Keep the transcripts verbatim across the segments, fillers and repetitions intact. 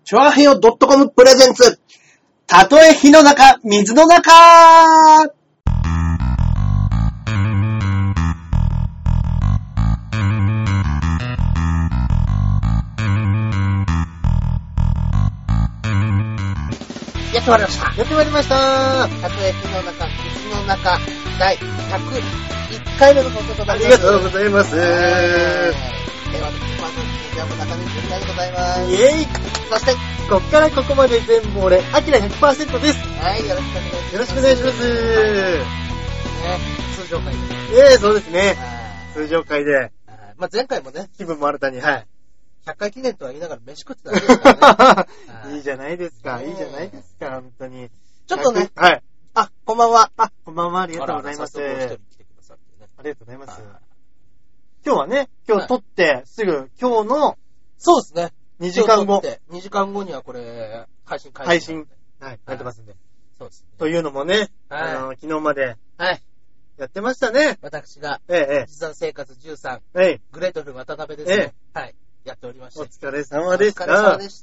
チョアヘヨ .com プレゼンツ。たとえ火の中、水の中。 やってまいりました。 やってまいりました。 たとえ火の中、水の中、だいひゃくいっかいめの放送となります。 ありがとうございます。 えー、私、パーソナリティジャム中根純太でございます。 イェイ。 そして、 こっからここまで全部俺、アキラ ひゃくパーセント です。 はい、よろしくお願いします。 よろしくお願いします。 ね、通常回で。 ええー、そうですね。通常回で。 まあ、前回もね、 気分も新たに、はい。 ひゃっかい記念とは言いながら飯食ってたわけですからね。いいじゃないですか、いいじゃないですか、本当に。 ちょっとね、 はい。 あ、こんばんは。 あ、こんばんは、ありがとうございます。 ありがとうございます。 今日はね、今日撮ってすぐ、今日の、 そうですね。 にじかんご。 にじかんごにはこれ、配信開始。 配信、はい、やってますんで。 そうですね。 というのもね、あの、昨日まで、 はい。 やってましたね。 私が、 ええ、 実弾生活じゅうさん、 ええ、 グレートフル渡辺ですね。はい。やっておりました。 お疲れ様でした。 お疲れ様でした。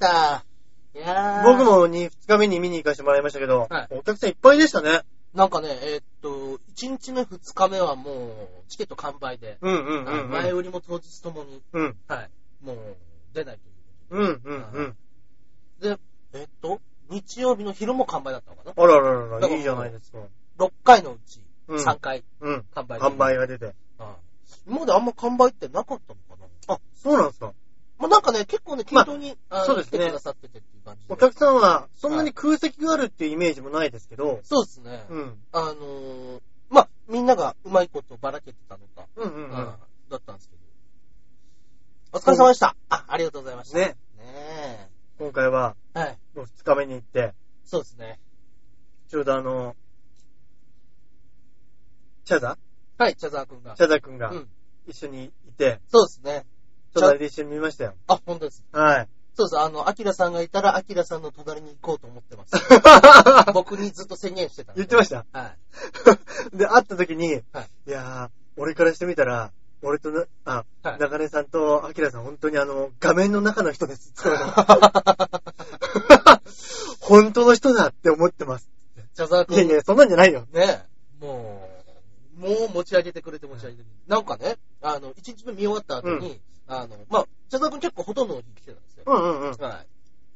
いやー。 僕もに、ふつかめに見に行かせてもらいましたけど、はい、お客さんいっぱいでしたね。 なんかね、えー、っと、いちにちめふつかめはもう、チケット完売で、 うんうんうん、うん。 前売りも当日ともに、 うん。 はい。もう、出ないということで。うんうんうん。 で、えー、っと、日曜日の昼も完売だったのかな。 あらららら、いいじゃないですか。 ろっかいのうち、さんかい、 うん。 完売。 完売が出て。 今まであんま完売ってなかったのかな。 あ、そうなんですか。 まあ、なんかね、結構ね、均等に、 まあ、そうですね。 来てくださっててっていう感じで。 お客さんは、そんなに空席があるっていうイメージもないですけど。 そうですね。 うん。 あのー、まあ、みんながうまいことばらけてたのか。 うんうんうん。だったんですけど。お疲れ様でした。あ、ありがとうございました。 ね。 ねえ。 今回は、 はい。 もうふつかめに行って。 そうですね。 ちょうどあの、チャザはい、チャザーくんが。 チャザーくんが、一緒にいて。 そうですね。 隣で一緒に見ましたよ。 あ、本当です。 はい。 そうです。あの、アキラさんがいたら、アキラさんの隣に行こうと思ってます。僕にずっと宣言してた。 言ってました。 はい。 で、会った時に、 はい、 いやー、俺からしてみたら、俺とな、あ、はい、中根さんとアキラさん、本当にあの、画面の中の人です。本当の人だって思ってます。 チャザー君。 いやいや、そんなんじゃないよ。 ねえ。もう、もう持ち上げてくれて持ち上げてくれて。なんかね、あの、一日目見終わった後に、うん、あの、まあ、チャザー君結構ほとんどの日来てたんですよ。 うんうんうん。 はい。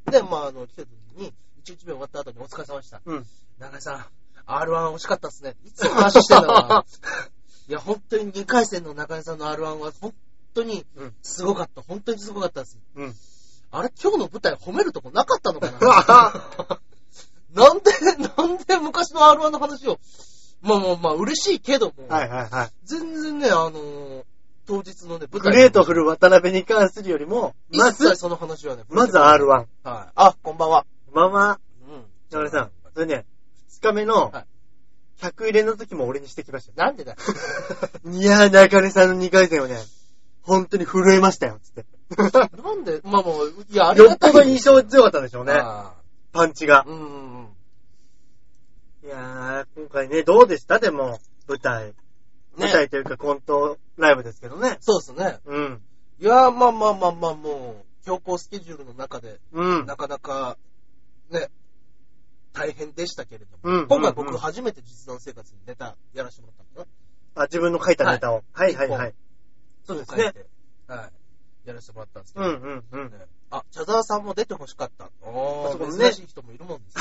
で、まあ、あの、来てた時に、一日目終わった後にお疲れ様でした。うん。中井さん、アールワン 惜しかったっすね。いつも話してんだわ。いや、本当ににかい戦の中井さんの アールワン は本当にすごかった。本当にすごかったです。うん。あれ、今日の舞台褒めるとこなかったのかななんで、なんで昔の アールワン の話を、まあまあまあ、嬉しいけども。 はいはいはい。 全然ね、あのー、当日のね、舞台。グレートフル渡辺に関するよりも、 まず、一切その話はね、 まず アールワン。 はい。あ、こんばんは。 こんばんは。うん。中根さん、それね、ふつかめの、ひゃく入れの時も俺にしてきました。 なんでだよ。 いやー、中根さんのにかい戦をね、本当に震えましたよ、つって。 なんで、まあもう、いや、あれよっぽど印象強かったんでしょうね。パンチが。 うんうんうん。 いやー、今回ね、どうでしたでも、舞台。舞台というかコントライブですけどね。 そうですね。 うん。 いやー、まあまあまあまあ、もう、強行スケジュールの中で、 うん。 なかなか、ね、大変でしたけれども。 うん。 今回僕初めて実弾生活にネタやらせてもらったのかな。あ、自分の書いたネタを。はいはいはい。 そうですね。はい。やらせてもらったんですけど。 うんうんうん。 あ、茶沢さんも出てほしかった。おー、珍しい人もいるもんですね。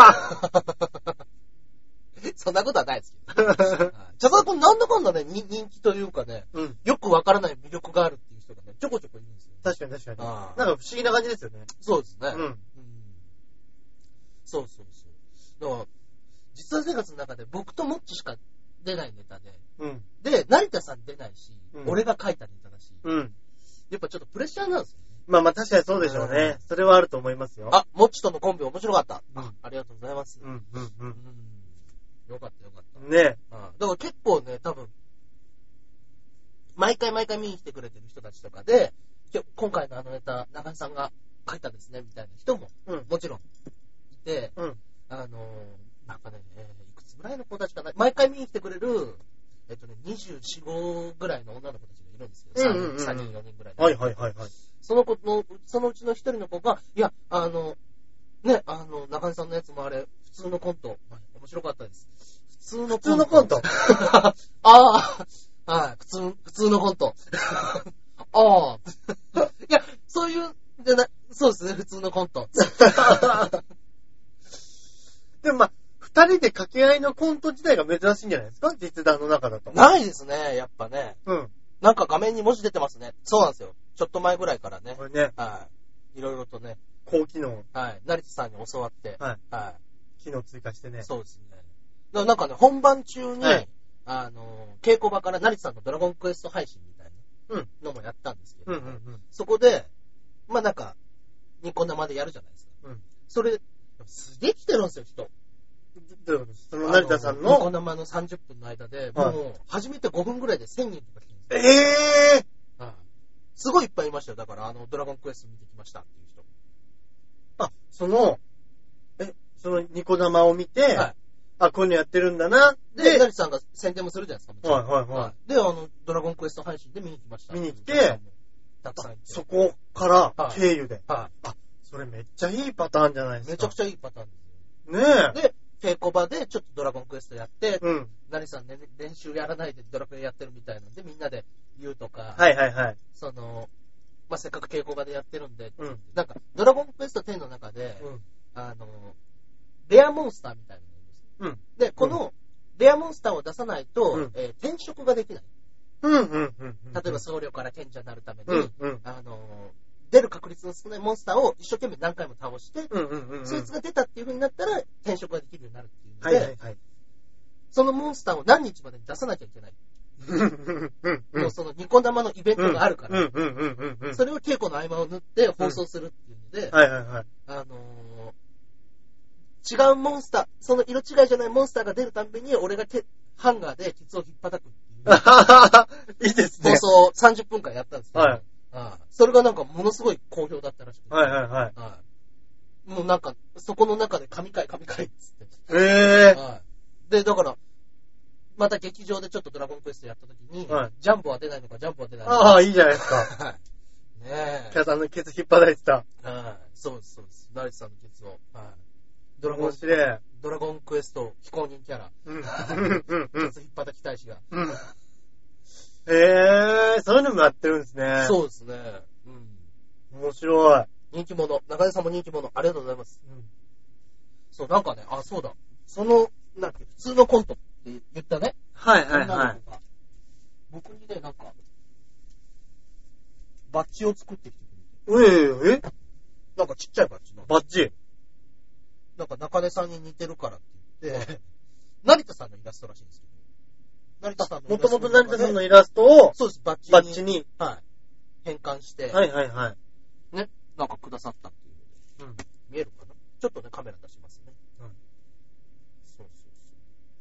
そんなことはないですけど。茶沢君なんだかんだね、人気というかね、うん、よくわからない魅力があるっていう人がね、ちょこちょこいるんですよ。 確かに確かに。なんか不思議な感じですよね。 そうですね。うん。うん、そうそうそう。だから、実際生活の中で僕とモッチしか出ないネタで、うん、で、成田さん出ないし、うん、俺が書いたネタだし、うん、やっぱちょっとプレッシャーなんですよね。 まあまあ確かにそうでしょうね。それはあると思いますよ。 あ、モッチとのコンビ面白かった。うん、ありがとうございます。 うんうんうん。うん、 よかったよかった。 ねえ。だから結構ね、多分、毎回毎回見に来てくれてる人たちとかで、今回のあのネタ、長井さんが書いたですね、みたいな人も、うん、もちろんいて、うん、あのー、なんかね、えー、いくつぐらいの子たちかな、毎回見に来てくれる、えっとね、にじゅうよん、ごぐらいの女の子たちがいるんですよ。うんうんうん、さんにん、よにんぐらい。 はいはいはいはい。 その子の、そのうちの一人の子が、いや、あの、ね、あの、中根さんのやつもあれ、普通のコント、面白かったです。普通のコント。 普通のコントああ、はい、普通、普通のコント。ああ。いや、そういう、じゃな、そうですね、普通のコント。 でもまあ、二人で掛け合いのコント自体が珍しいんじゃないですか、実談の中だと。 ないですね、やっぱね。 うん。 なんか画面に文字出てますね。そうなんですよ。ちょっと前ぐらいからね。 これね。 はい。いろいろとね。 高機能。 はい。成田さんに教わって。 はい。 はい。 機能追加してね。 そうですね。だからなんかね、本番中に、はい、あの、稽古場から成田さんのドラゴンクエスト配信みたいなのもやったんですけど、 うんうんうんうん、 そこで、まあなんか、ニコ生でやるじゃないですか。うん、それ、すげえ来てるんですよ、人。 どういうことですか？その成田さんの。 ニコ生のさんじゅっぷんの間で、もう、初めてごふんぐらいでせんにんとか来てるんですよ。 えぇー、 はい、すごいいっぱいいましたよ。だから、あの、ドラゴンクエスト見てきましたっていう人。 あ、その、え、そのニコ生を見て、はい、あ、こういうのやってるんだな。 で、成田さんが宣伝もするじゃないですか。 はいはいはい。はい、 で、あの、ドラゴンクエスト配信で見に来ました。 見に来て、 たくさんいて。 そこから経由で。 はい。はい、 あ、それめっちゃいいパターンじゃないですか。 めちゃくちゃいいパターンですよ。ねえ。 で、稽古場でちょっとドラゴンクエストやって、 うん。 成田さん、ね、練習やらないでドラクエやってるみたいなんで、みんなで言うとか。 はいはいはい。 その、まあ、せっかく稽古場でやってるんで、 うん、 なんか、ドラゴンクエストテンの中で、 うん、あの、 レアモンスターみたいなのがいるんです。 うん。 で、この、レアモンスターを出さないと、 うん、 えー、転職ができない。 うんうんうんうん、 例えば僧侶から賢者になるために、 うんうん、 あの、出る確率の少ないモンスターを一生懸命何回も倒して、 うんうんうんうん、 そいつが出たっていう風になったら転職ができるようになるっていうので、 はいはいはい、 そのモンスターを何日までに出さなきゃいけない。もうそのニコ生のイベントがあるから、それを稽古の合間を縫って放送するっていうので、 うん、はいはいはい、 あのー、違うモンスター、その色違いじゃないモンスターが出るたんびに俺がハンガーでケツを引っ叩くっていう。 いいですね。 放送さんじゅっぷんかんやったんですけど、 はい、 ああそれがなんかものすごい好評だったらしくて。 はいはいはい。 はい、もうなんか、そこの中で神回神回っつって。 へぇー。 はい、で、だから、また劇場でちょっとドラゴンクエストやった時に、はい、ジャンプは出ないのか、ジャンプは出ないのか。 ああ、いいじゃないですか。 はい。ねえ。 キャさんのケツ引っ張られてた。 はい。そうです、そうです。成田さんのケツを。はい。ドラゴン、 面白い。 ドラゴンクエスト非公認キャラ。 うん。うん。 ケツ引っ張き大使が。 うん。へぇー、そういうのもやってるんですね。 そうですね。 うん。面白い。 人気者。中根さんも人気者。ありがとうございます。うん。そう、なんかね、あ、そうだ。その、なんか普通のコントって言ったね。 はいはいはい。 僕にね、なんか、バッジを作ってきてくれて。ええなんかちっちゃいバッジの。 バッジなんか中根さんに似てるからって言って、成田さんのイラストらしいんですけど。成田さんのイラスト。 もともと成田さんのイラストを、 そうです、バッジに。 バッジに。 はい。変換して。 はいはいはい。 ね、なんかくださったっていうので。うん。見えるかな？ちょっとね、カメラ出しますね。うん。そうそうそう。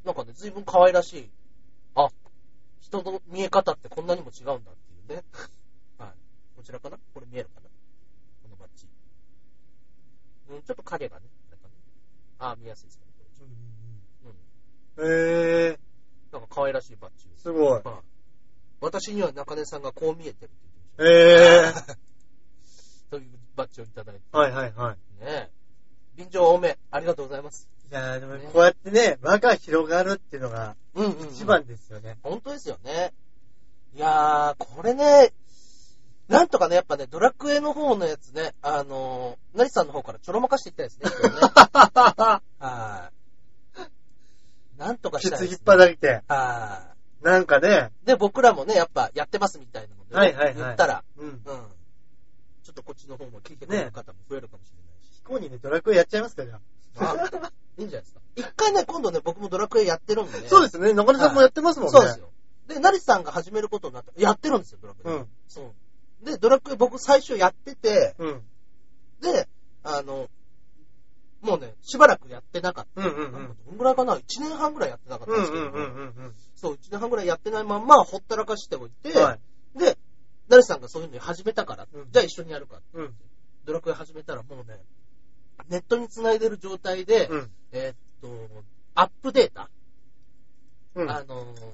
なんかね、随分可愛らしい。あ、人の見え方ってこんなにも違うんだっていうね。はい。こちらかな？これ見えるかな？このバッジ。うん、ちょっと影がね。あ、見やすいですかね。 うんうんうん、へぇー。 なんか可愛らしいバッジ。 すごい。 まあ、私には中根さんがこう見えてるって言ってました。へぇー。というバッジをいただいて。 はいはいはい。 ねえ。便乗多め。ありがとうございます。 いやーでもこうやってね、輪が広がるっていうのが一番ですよね。 うんうんうん、本当ですよね。いやー、これね、なんとかね、やっぱね、ドラクエの方のやつね、あのー、成さんの方からちょろまかしていきたいですね。ねはい。なんとかしたいですね。 ケツ引っ張られて。 はい。 なんかね。 で、僕らもね、やっぱやってますみたいなので、ね、 はいはいはい、 言ったら、 うん。うん。 ちょっとこっちの方も聞いてくれる方も増えるかもしれないし。 飛行にね、ドラクエやっちゃいますか、じゃあ。いいんじゃないですか。一回ね、今度ね、僕もドラクエやってるんでね。 そうですね、中根さんもやってますもんね。 そうですよ。で、成さんが始めることになったら、やってるんですよ、ドラクエ。 うん。 そう。で、ドラクエ僕最初やってて、 うん、 で、あの、もうね、しばらくやってなかった。 うんうんうん。 どんぐらいかな ?いち 年半ぐらいやってなかったんですけど、 うんうんうんうん、 そう、いちねんはんぐらいやってないまんま、ほったらかしておいて、 はい、 で、成さんがそういうのに始めたから、うん、じゃあ一緒にやるかって、 うん、 ドラクエ始めたらもうね、ネットに繋いでる状態で、 うん、 えー、っと、アップデータ、 うん、 あの、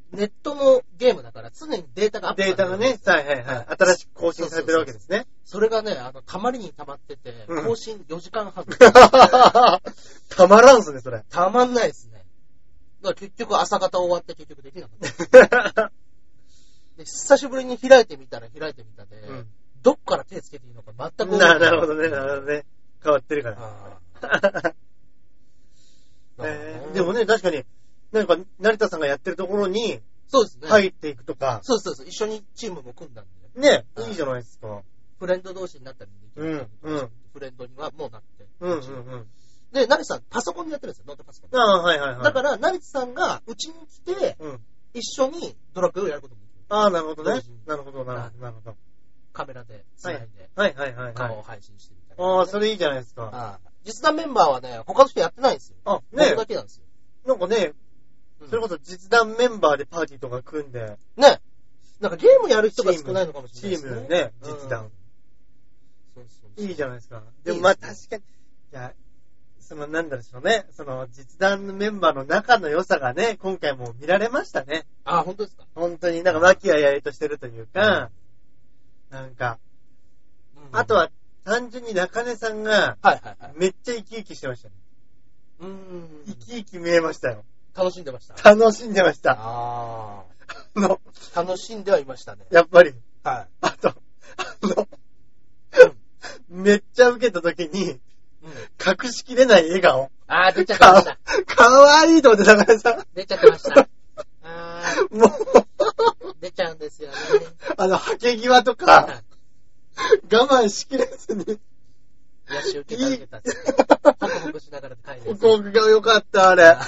ネットのゲームだから常にデータがアップデータがね、はいはいはい。新しく更新されてるわけですね。 それがね、あの、たまりにたまってて、 うん更新よじかんはん。 たまらんすね、それ。 たまんないですね。だから結局朝方終わって結局できなかった。で久しぶりに開いてみたら開いてみたで、うん、どっから手つけていいのか全くななるほどね、なるほどね。変わってるから。えー、でもね、確かに、なんか、成田さんがやってるところに、 そうですね。 入っていくとか。 そうそうそう。一緒にチームも組んだんで。 ね、いいじゃないですか。 フレンド同士になったりできる。 うん。うん。 フレンドにはもうなって。 うんうんうん。 で、成田さん、パソコンでやってるんですよ、ノートパソコン。 ああ、はいはいはい。 だから、成田さんがうちに来て、うん、一緒にドラクエをやることもできる。 ああ、なるほどね。なるほど、なるほど、なるほど。 カメラで、つないで、 はいはいはい。 顔を配信してみたいな、ね。 ああ、それいいじゃないですか。 ああ実弾メンバーはね、他の人やってないんですよ。 あ、ね。 僕だけなんですよ。 なんかね、それこそ実弾メンバーでパーティーとか組んで。 ね。なんかゲームやる人が少ないのかもしれないですね。 チームね、実弾。うん、そうそうそういいじゃないですか。でもまあ確かに、いや、そのなんだろうね、その実弾メンバーの仲の良さがね、今回も見られましたね。 あ、本当ですか？ 本当になんか和気あいあいとしてるというか、うん、なんか、うん、あとは単純に中根さんが、めっちゃ生き生きしてましたね。 うーん。 生き生き見えましたよ。 楽しんでました。 楽しんでました。 ああ。の、楽しんではいましたね。 やっぱり。 はい。 あと、あの、うん、めっちゃ受けた時に、うん、隠しきれない笑顔。 ああ、出ちゃってました。 か, かわいいと思って、中根さん。 出ちゃってました。ああ。もう。 出ちゃうんですよね。 あの、はけ際とか、我慢しきれずに。 いやし受けた受けたって。ホクホクしながら帰る。 ホクホクが良かった、あれ。いや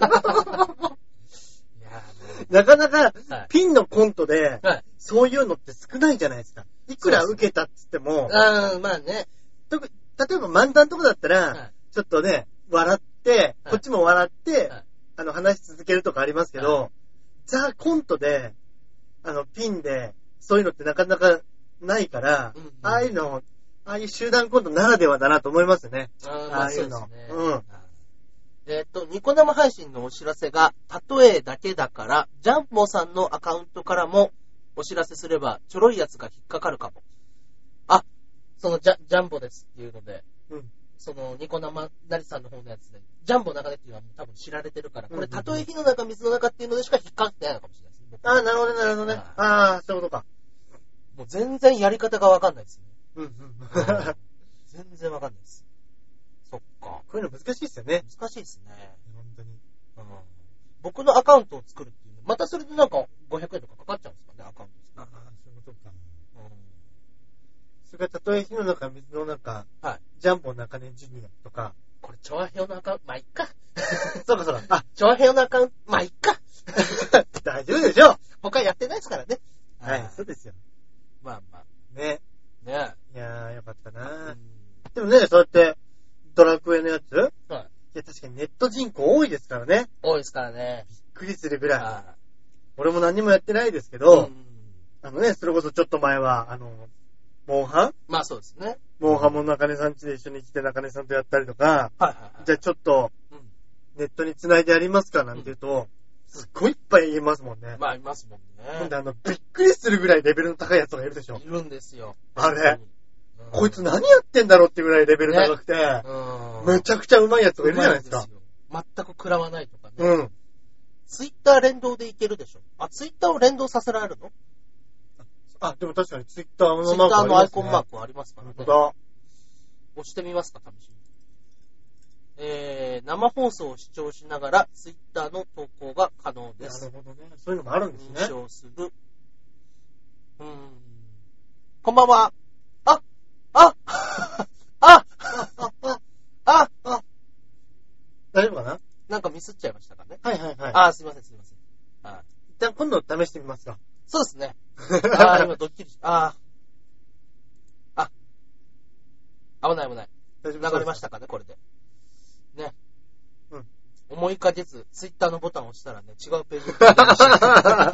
なかなか、ピンのコントで、はい、そういうのって少ないじゃないですか。いくら受けたって言っても。 ああ、まあね。 例えば漫談とかだったら、はい、ちょっとね、笑って、はい、こっちも笑って、はい、あの、話し続けるとかありますけど、はい、ザ・コントで、あの、ピンで、そういうのってなかなかないから、うんうん、ああいうの、ああいう集団コントならではだなと思いますね。 あ, あ, ああいうの。そうですね。うん。えっと、ニコ生配信のお知らせが、例えだけだから、ジャンボさんのアカウントからもお知らせすれば、ちょろいやつが引っかかるかも。あ、そのジャ、ジャンボですっていうので、うん、そのニコ生なりさんの方のやつで、ジャンボの中でっていうのは多分知られてるから、これ、例え火の中、水の中っていうのでしか引っかかってないのかもしれないですね。 ああ、なるほど、なるほどね。ああ、そういうことか。 もう全然やり方がわかんないですね。 うんうん、 全然わかんないです。そっか。こういうの難しいですよね。 難しいですね。 本当に。 うん、僕のアカウントを作るっていう。またそれでなんかごひゃくえんとかかかっちゃうんですかね、アカウント。 ああ、そういうことか。うん。それから、たとえ火の中、水の中、はい。ジャンボ中根ジュニアとか。 これ、チョアヘヨのアカウント、まあ、いっか。 そうかそうか。 あ、チョアヘヨのアカウント、まあ、いっか。 大丈夫でしょう。 他やってないですからね。 はい、そうですよ。 まあまあ。 ね。 ねいやー、よかったな、うん、でもね、そうやって、ドラクエのやつ、はい。いや、確かにネット人口多いですからね。 多いですからね。 びっくりするぐらい。はい、俺も何もやってないですけど、うん、あのね、それこそちょっと前は、あの、モンハンまあそうですね。 モンハンも中根さん家で一緒に来て中根さんとやったりとか、はいはいはい、じゃあちょっと、ネットに繋いでやりますかなんて言うと、うんすっごいいっぱい言えますもんね。 まあ、いますもんね。 ほんで、あの、びっくりするぐらいレベルの高いやつがいるでしょ。 いるんですよ。 あれ、うん、こいつ何やってんだろうってぐらいレベル高くて、ね、うんめちゃくちゃうまいやつがいるじゃないですか。 ですよ全く食らわないとかね。 うん。 ツイッター連動でいけるでしょ。あ、ツイッターを連動させられるの？ あ、でも確かにツイッターのマーク、 ね、ツイッターのアイコンマークありますからね。 本当だ。 押してみますか、試しに。えー、生放送を視聴しながらツイッターの投稿が可能です。 なるほどね。そういうのもあるんですね。 認証する。うーん。こんばんは。あああああああ大丈夫かな？ なんかミスっちゃいましたかね。 はいはいはい。 あ、すいませんすいません。 あ一旦今度試してみますか。 そうですね。あ今ドッキリし、ああ。あ。危ない危ない。大丈夫流れましたかね、これで。ね。うん。思いかけず、ツイッターのボタンを押したらね、違うページに出ました。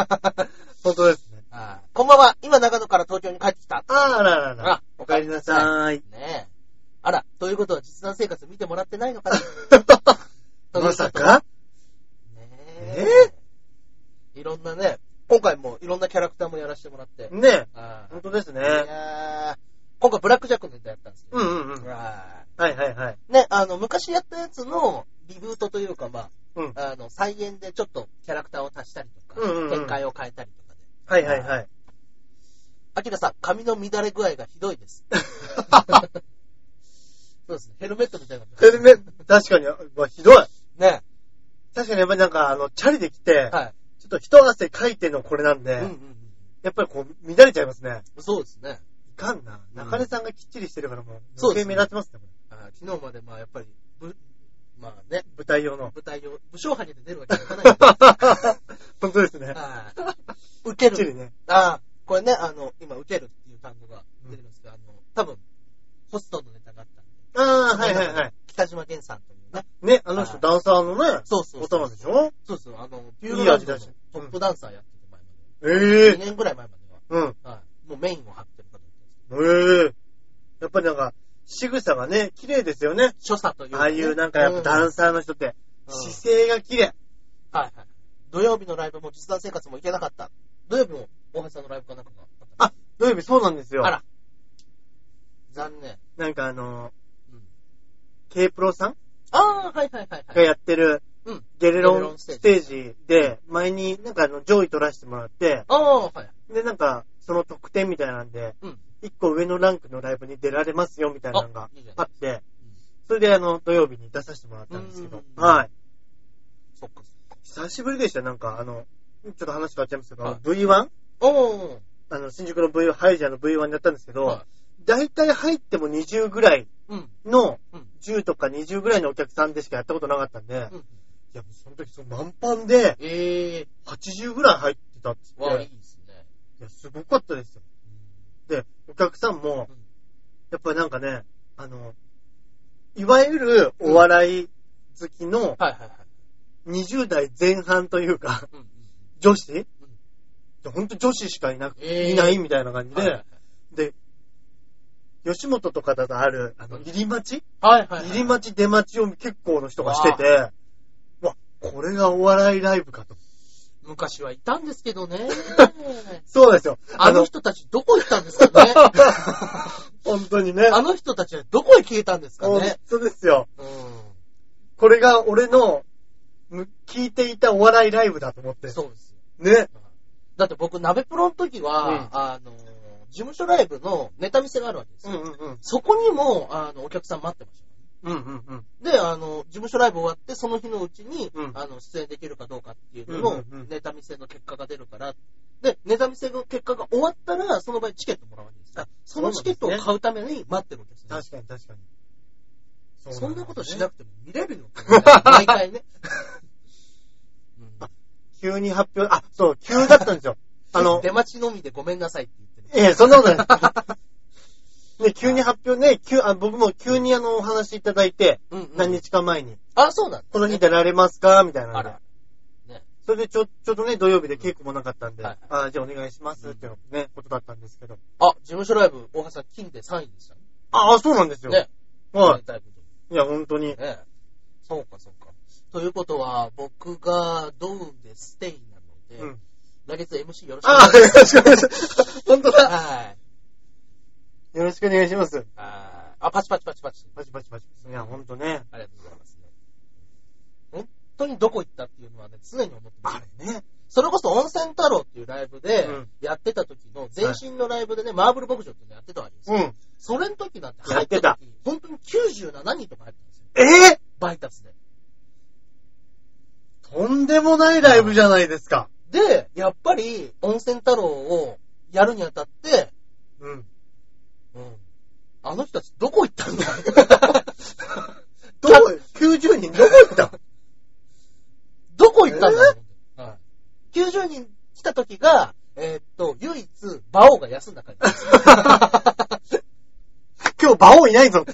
本当ですね。 あこんばんは。今長野から東京に帰ってきた。 ああららら。あ、お帰りなさい。 ねえ。あら、ということは実弾生活見てもらってないのかなまさかねえ。えいろんなね、今回もいろんなキャラクターもやらせてもらって。 ね。 あ本当ですね。いや今回ブラックジャックのネタやったんですけど。 うんうんうん。はいはいはい。 ね、あの、昔やったやつのリブートというか、まあ、 うん、 あの、再現でちょっとキャラクターを足したりとか、うんうんうん、展開を変えたりとかで。 はいはいはい。 アキラさん、髪の乱れ具合がひどいです。そうですね。ヘルメットみたいな。 ヘルメット、確かに、まあ、ひどい。 ね。 確かにやっぱりなんか、あの、チャリで来て、はい、ちょっと一汗かいてのこれなんで、うんうんうん、やっぱりこう、乱れちゃいますね。 そうですね。 いかんな。中根さんがきっちりしてるからもう、余計目立ってますね。 あ昨日までまあやっぱり、ぶまあね。 舞台用の。 舞台用。武将鍼で出るわけにはいかない。 本当ですね。 受ける。 きっちりね。 ああ、これね、あの、今、受けるっていう単語が出てますけど、うん、あの、多分、ホストのネタがあったんで。 ああ、はいはいはい。 北島健さんというね。 ね、あの人、ダンサーのね、 そうそう。 ことなんでしょ？ そうそう、あの、ピューロランドのトップダンサーやってて前まで。ええー。 にねんぐらい前までは。うん。はい。もうメインを張ってる方です。ええー。やっぱりなんか、仕草がね、綺麗ですよね。 所作というか、ね。 ああいうなんかやっぱダンサーの人って、うん、姿勢が綺麗。はいはい。土曜日のライブも実弾生活も行けなかった。土曜日も大橋さんのライブかなんかがあった。 あ、土曜日そうなんですよ。 あら。残念。 なんかあのー、うん、K プロさんああ、はいはいはい、はい。 がやってる、 うん、 ゲレロンステージで、前になんかあの、上位取らせてもらって、 ああ、はい。 で、なんか、その特典みたいなんで、 うん。 一個上のランクのライブに出られますよみたいなのがあって、それであの土曜日に出させてもらったんですけど、はい。 そっか。 久しぶりでした。なんかあの、ちょっと話変わっちゃいますけど、はい、ブイワン? おー。 あの、新宿の V、ハイジャーの ブイワン でやったんですけど、はい、だいたい入ってもにじゅうぐらいの、じゅうとかにじゅうぐらいのお客さんでしかやったことなかったんで、うん、いや、その時その満帆で、 えー、 はちじゅうぐらい入ってたっつって、 わあ、いいですね。 いや、すごかったですよ。で、お客さんも、やっぱりなんかね、あの、いわゆるお笑い好きの、にじゅう代前半というか、女子、ほんと女子しかいなく、いないみたいな感じで、で、吉本とかだとある、あの、入り待ち、 はいはいはい、 入り待ち出待ちを結構の人がしてて、わ、これがお笑いライブかと。 昔はいたんですけどね。 そうですよ。 あの人たちどこ行ったんですかね。 本当にね。 あの人たちはどこへ消えたんですかね。 本当ですよ。 うん、 これが俺の聞いていたお笑いライブだと思って。 そうですね。 だって僕、鍋プロの時は、うん、あの、事務所ライブのネタ見せがあるわけですよ。うんうんうん、そこにも、あの、お客さん待ってました。 うんうんうん、 で、あの、事務所ライブ終わって、その日のうちに、うん、あの、出演できるかどうかっていうのの、ネタ見せの結果が出るから、で、ネタ見せの結果が終わったら、その場合チケットもらうわけですよ。そのチケットを買うために待ってるわけですね。 確かに確かに。 そ, ん, ね、そんなことしなくても見れるよ。毎回ね。 うん、急に発表、あ、そう、急だったんですよ。あの、 出待ちのみでごめんなさいって言ってる。 ええ、そんなことない。ね、急に発表ね、急あ僕も急にあの、お話いただいて、うんうん、何日か前に。 あ、そうなんですね。 この日出られますかみたいなので。 あら。ね。 それでちょ、ちょっとね、土曜日で稽古もなかったんで、はい、あじゃあお願いしますっていうね、ことだったんですけど。 あ、事務所ライブ、大橋さん、金でさんいでしたね。 ああ、そうなんですよ。 ね。 はい。いや、本当に。 ね。そうか、そうか。ということは、僕がドウでステイなので、うん、来月 エムシー よろしくお願いします。あ、よろしくお願いします。本当だ。はい。 よろしくお願いします。 ああ、パチパチパチパチ。 パチパチパチ。いや、ほんとね。 ありがとうございますね。本当にどこ行ったっていうのはね、常に思ってます。 あれね。 それこそ温泉太郎っていうライブで、やってた時の、前身のライブでね、はい、マーブル牧場っていうのやってたわけですよ。うん。それの時なんて入ってた時、本当にきゅうじゅうななにんとか入ったんですよ。 えぇ、ー、 バイタスで。 とんでもないライブじゃないですか。 で、やっぱり、温泉太郎をやるにあたって、 うん。 うん。あの人たちどこ行ったんだどこ、きゅうじゅうにんどこ行ったどこ行ったんだろう、はい、きゅうじゅうにん来た時が、えー、っと、唯一、馬王が休んだ感じです。 今日馬王いないぞって。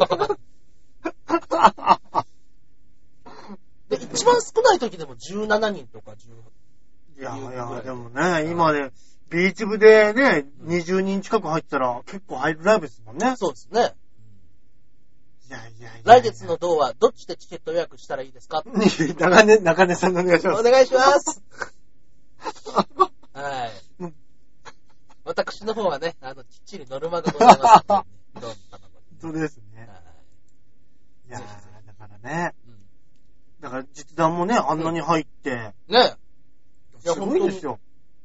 で、一番少ない時でもじゅうななにんとかじゅう。 いやいや、でもね、今ね、ビーチ部でね、にじゅうにん近く入ったら結構入るライブですもんね。 そうですね。 いやいやいやいや。 来月の銅はどっちでチケット予約したらいいですか？ 中根、中根さんのお願いします。 お願いします。 はい。私の方はね、あの、きっちりノルマがございますので、ね、どうも本当ですね。いやー、だからね。うん、だから実弾もね、あんなに入って。 うん、ねすごいですよ。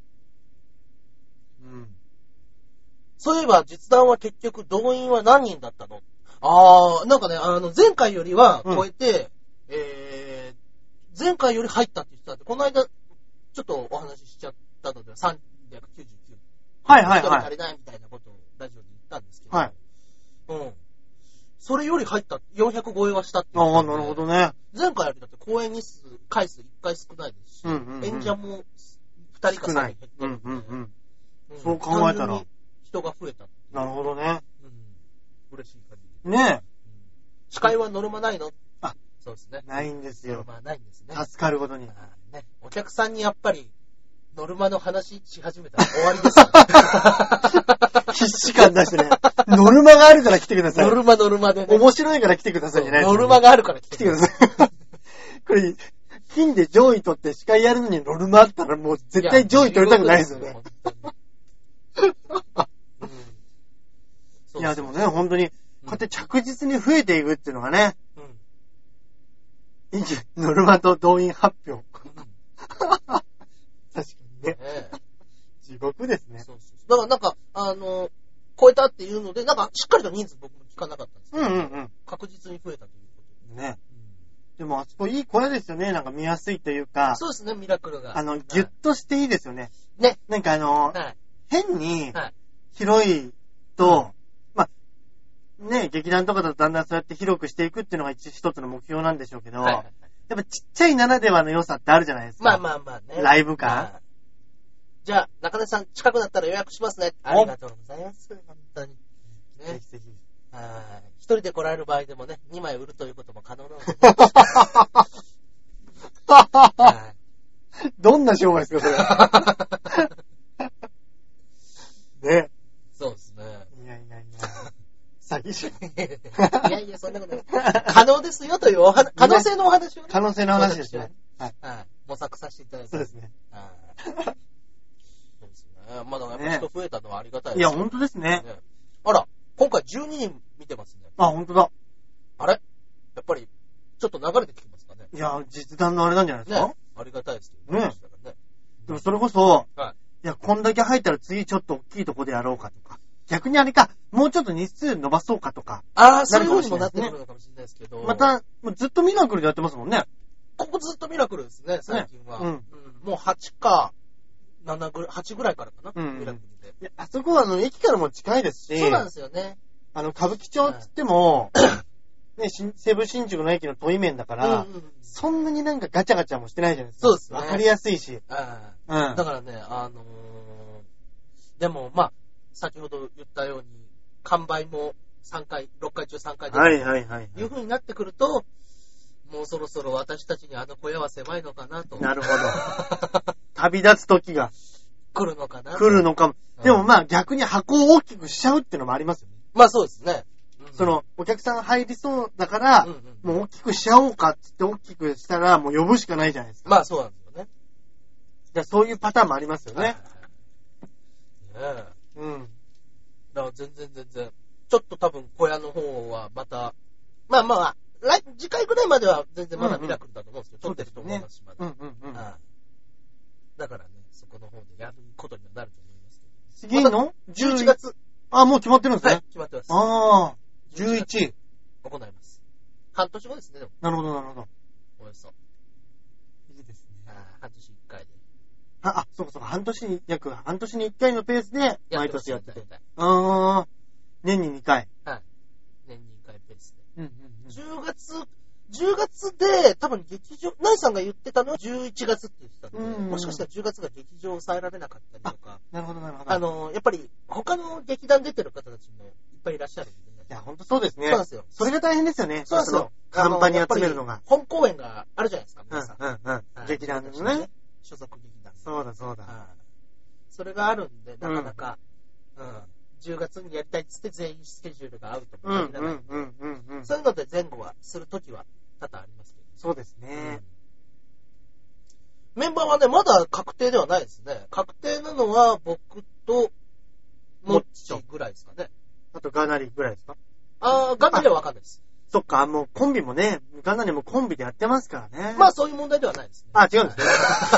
うん。 そういえば実弾は結局動員は何人だったの？あー、なんかね、あの、前回よりは超えて、うん、えー、前回より入ったって言ってたんで、この間、ちょっとお話ししちゃったのではさんびゃくきゅうじゅうきゅう。 はいはいはい。 ひとり足りないみたいなことをラジオで言ったんですけど。はい。うん。それより入った、よんひゃく超えはしたって言ってたんで。 ああ、なるほどね。 前回よりだって公演日数、回数いっかい少ないですし、うんうんうん、演者もふたりかさんにん減ってる、 うんうんうん。うん、そう考えたら。 人が増えた。 なるほどね。 うん。嬉しい感じ。 ねえ、うん。 司会はノルマないの？ あ、 そうですね。 ないんですよ。 ノルマないんですね。 助かることに。 ね、お客さんにやっぱり、ノルマの話し始めたら終わりですよ。 必死感出してね。ノルマがあるから来てください。 ノルマノルマでね。 面白いから来てくださいじゃないですか、ね。ノルマがあるから来てください。 これ、金で上位取って司会やるのにノルマあったらもう絶対上位取りたくないですよね。いやでもね、本当に、こうやって着実に増えていくっていうのがね。うん。ノルマと動員発表。確かにね。地獄ですね。 そうそうそう。だからなんか、あの、超えたっていうので、なんかしっかりと人数僕も聞かなかったんですけど、 うんうんうん、 確実に増えたということで。ね。うん、でもあそこいい小屋ですよね。なんか見やすいというか。 そうですね、ミラクルが。 あの、ギュッとしていいですよね。 ね。 なんかあの、 はい、 変に広いと、はい、まあ、ね、劇団とかだとだんだんそうやって広くしていくっていうのが一つの目標なんでしょうけど、はいはいはい、やっぱちっちゃいならではの良さってあるじゃないですか。 まあまあまあね。 ライブ感。まあ、 じゃあ、中根さん近くなったら予約しますね。ありがとうございます。本当に。ね。ぜひぜひ。はい。一人で来られる場合でもね、にまい売るということも可能なので、ね。 はい、どんな商売ですか、それ。ね。 そうですね。 いやいやいや。詐欺師。 いやいや、そんなことない。可能ですよというお話、可能性のお話を、ね。 可能性の話ですね。 はい。はい。模索させていただいて。 そうですね。 はい。そうですね。まだやっぱ人増えたのはありがたいです、 ね。いや、本当ですね。 あら、今回じゅうににん見てますね。 あ、本当だ。 あれやっぱり、ちょっと流れてきてますかね。 いや、実弾のあれなんじゃないですか、 ね、ありがたいですけどね。ねでもそれこそ、 はい、 いや、こんだけ入ったら次ちょっと大きいとこでやろうかとか。逆にあれか、もうちょっと日数伸ばそうかとか。 ああ、そういう風にもなってくるのかもしれないですけど。 また、もうずっとミラクルでやってますもんね。 ここずっとミラクルですね、最近は。 ね、うん、 うん。もうはちか、ななぐらい、はちぐらいからかな、 うん、 ミラクルで。 いや、あそこはあの、駅からも近いですし。 そうなんですよね。 あの、歌舞伎町って言っても、ね、西武新宿の駅の遠い面だから、うんうん、そんなになんかガチャガチャもしてないじゃないですか。 そうですね。 わかりやすいし。 あうん、だからね、あのー、でも、まあ、先ほど言ったように、完売もさんかい、ろっかい中さんかいで、 はいはいはい、はい。 いう風になってくると、もうそろそろ私たちにあの小屋は狭いのかなと。 なるほど。旅立つ時が。 来るのかな。 来るのかも。うん、でもまあ逆に箱を大きくしちゃうっていうのもありますよね。 まあそうですね。 うん、その、お客さん入りそうだから、うんうん、もう大きくしちゃおうかって言って大きくしたら、もう呼ぶしかないじゃないですか。 まあそうなんですよね。 じゃあそういうパターンもありますよね。 ねえ。うん。だから全然全然。ちょっと多分小屋の方はまた、まあまあ、来次回ぐらいまでは全然まだミラクルだと思うんですけど、うんうん、撮ってると思いますし、まだ。 うんうんうん、 ああだからね、そこの方でやることになると思いますけど。次のじゅういちがつ。 あ、もう決まってるんですね。 はい、決まってます。 ああ、じゅういち。 行います。半年後ですね、でも。 なるほど、なるほど。 およそ。 いいですね。 ああ、半年いっかいで。 あ、あ、そうかそうか、半年に、約半年にいっかいのペースで、毎年やってて。 てああ、年ににかい。 はい。年ににかいペースで。 うんうんうん、 じゅうがつ、じゅうがつで、多分劇場、ナイさんが言ってたのはじゅういちがつって言ってたので、うんうん、もしかしたらじゅうがつが劇場を抑えられなかったりとか。 なるほど、なるほど。 あの、やっぱり、他の劇団出てる方たちもいっぱいいらっしゃるんでね。 いや、ほんとそうですね。 そうなんですよ。 それが大変ですよね。 そうなんですよ。 カンパに集めるのが。 本公演があるじゃないですか、皆さん。 うんうんうん。劇団のね。 所属劇団。 そうだそうだ。 それがあるんで、なかなか、うん、うん、じゅうがつにやりたいっつって全員スケジュールが合うとも限らないんで、 うんうんうんうん、 そういうので前後はするときは多々ありますけど。 そうですね。 メンバーはね、まだ確定ではないですね。確定なのは僕と、もっちぐらいですかね。 あとガナリぐらいですか？ あー、ガナリはわかんないです。そっか、もうコンビもね、ガナリもコンビでやってますからね。 まあそういう問題ではないですね。 あ、違うんですね。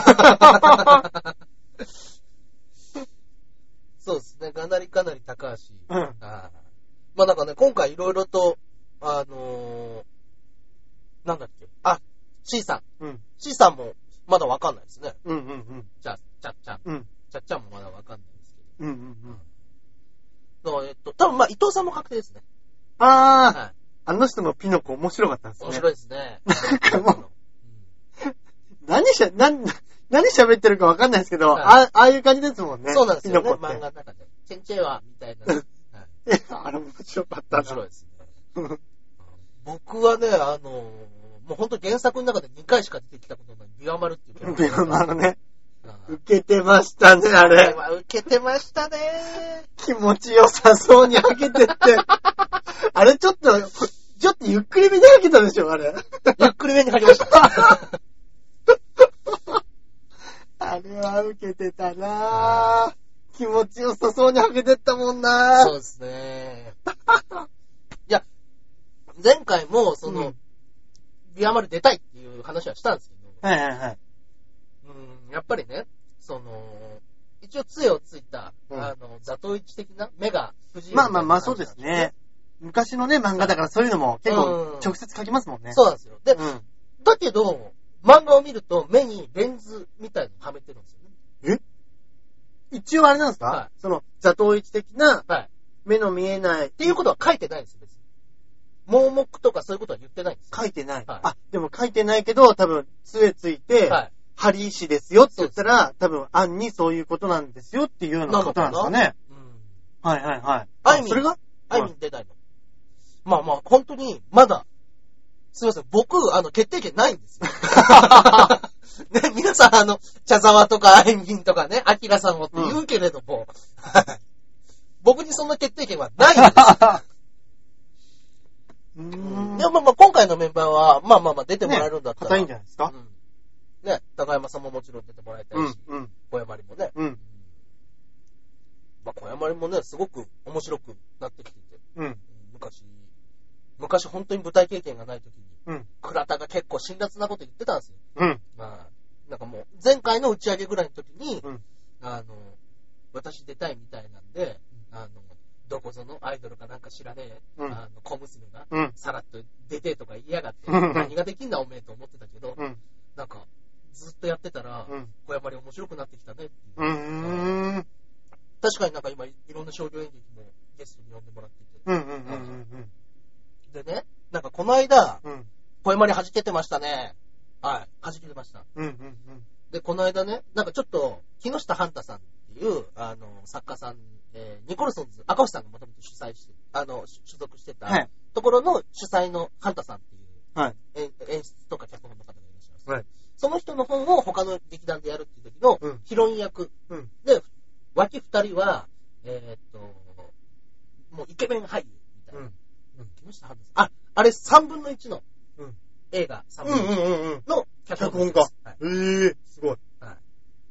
そうですね。ガナリかなり高橋。 うん。 あまあなんかね、今回いろいろと、あのー、なんだっけ。あ、C さん。 うん。 C さんもまだわかんないですね。 うんうんうん。 じゃあ、ちゃっちゃん。 うん。 ちゃっちゃんもまだわかんないですけど。 うんうんうん。 だからえっと、多分まあ伊藤さんも確定ですね。 あー。 はい。 あの人のピノコ面白かったんですね。 面白いですね。 なんかもう、うん、何しゃ、何、何喋ってるかわかんないですけど、はい、あ, ああいう感じですもんね。 そうなんですよね。漫画の中で。チェンチェは、みたいな、ね。はい、 あれ面白かったな。 面白いですね。僕はね、あの、もう本当原作の中でにかいしか出てきたことないビワマルっていうキャラクター。 ビワマルね。受けてましたね、あれ。 受けてましたね。 気持ちよさそうに開けてって。あれちょっと、ちょっとゆっくりめに開けたでしょ、あれ。 ゆっくりめに開けました。 あれは受けてたなぁ。気持ちよさそうに開けてったもんなぁ。 そうですね。いや、前回も、その、うん、ビワマル出たいっていう話はしたんですけど。 はいはいはい。 うん、やっぱりね、その、一応杖をついた、うん、あの、座頭市的な目が不自由な、 まあまあまあそうですね。昔のね、漫画だからそういうのも結構直接書きますもんね。 そうなんですよ。で、うん、だけど、漫画を見ると目にレンズみたいなのをはめてるんですよね。 え一応あれなんですか、はい、その、座頭市的な、目の見えない、はい。 っていうことは書いてないんですよ、別に。盲目とかそういうことは言ってないんですよ。 書いてない。はい、あ、でも書いてないけど、多分、杖ついて、はい、針石ですよって言ったら、多分、案にそういうことなんですよっていうようなことなんですかね。うん、はいはいはい。 あいみん、 それがあいみん出ないの。まあまあ、本当に、まだ、すいません、僕、あの、決定権ないんですよ。ね、皆さん、あの、茶沢とか、あいみんとかね、あきらさんもって言うけれども、うん、僕にそんな決定権はないんですよ。うーんでもまあまあ、今回のメンバーは、まあまあまあ、出てもらえるんだったら。 硬いんじゃないですか、 うん、ね、高山さんももちろん出てもらいたいし、うんうん、小山里もね。うん、まあ、小山里もね、すごく面白くなってきてて、うん、昔、昔本当に舞台経験がない時に、うん、倉田が結構辛辣なこと言ってたんですよ。うん、まあ、なんかもう、前回の打ち上げぐらいの時に、うん、あの、私出たいみたいなんで、うん、あの、どこぞのアイドルかなんか知らねえ、うん、あの小娘が、うん、さらっと出てとか言いやがって、うん、何ができんだおめえと思ってたけど、うん、なんか、ずっとやってたら、うん、小山里面白くなってきたねっていう。うーん確かになんか今、いろんな商業演劇もゲストに呼んでもらってて。うんうんうんうんうんでね、なんかこの間、うん、小山里弾けてましたね。はい、弾けてました。うんうんうん、で、この間ね、なんかちょっと、木下半太さんっていう、あの、作家さん、えー、ニコルソンズ、赤星さんがもともと主催して、あの、所属してた、はい、ところの主催の半太さんっていう、はい、演出とか脚本の方がいらっしゃいます。はい、その人の本を他の劇団でやるっていう時の、ヒロイン役、うん、で、脇二人は、えー、っと、もうイケメン俳優みたいな。うん木下半太さん。あ、あれさんぶんのいちの、うん、映画さんぶんのいちの脚本家。はい、 えー、すごい。 はい。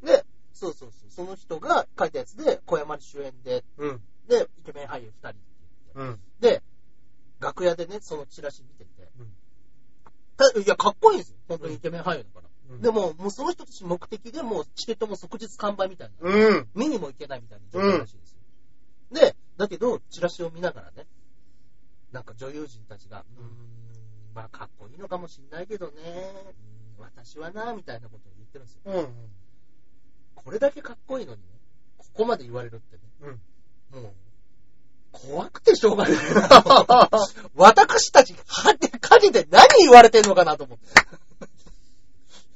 で、そうそうそう、その人が書いたやつで、小山里主演で、うん、で、イケメン俳優ふたりって言って、うん、で、楽屋でね、そのチラシ見てて、うん、たいや、かっこいいんですよ。本当にイケメン俳優だから。うん、でも、もうその人たち目的でもうチケットも即日完売みたいな。うん、見にも行けないみたいな状況らしいですよ。うん、で、だけど、チラシを見ながらね、なんか女優陣たちが、うーん、まあかっこいいのかもしんないけどね、うーん私はな、みたいなことを言ってるんですよ。うんうん、これだけかっこいいのにね、ここまで言われるってね、うん、もう、怖くてしょうがない。私たち、火事で何言われてんのかなと思って。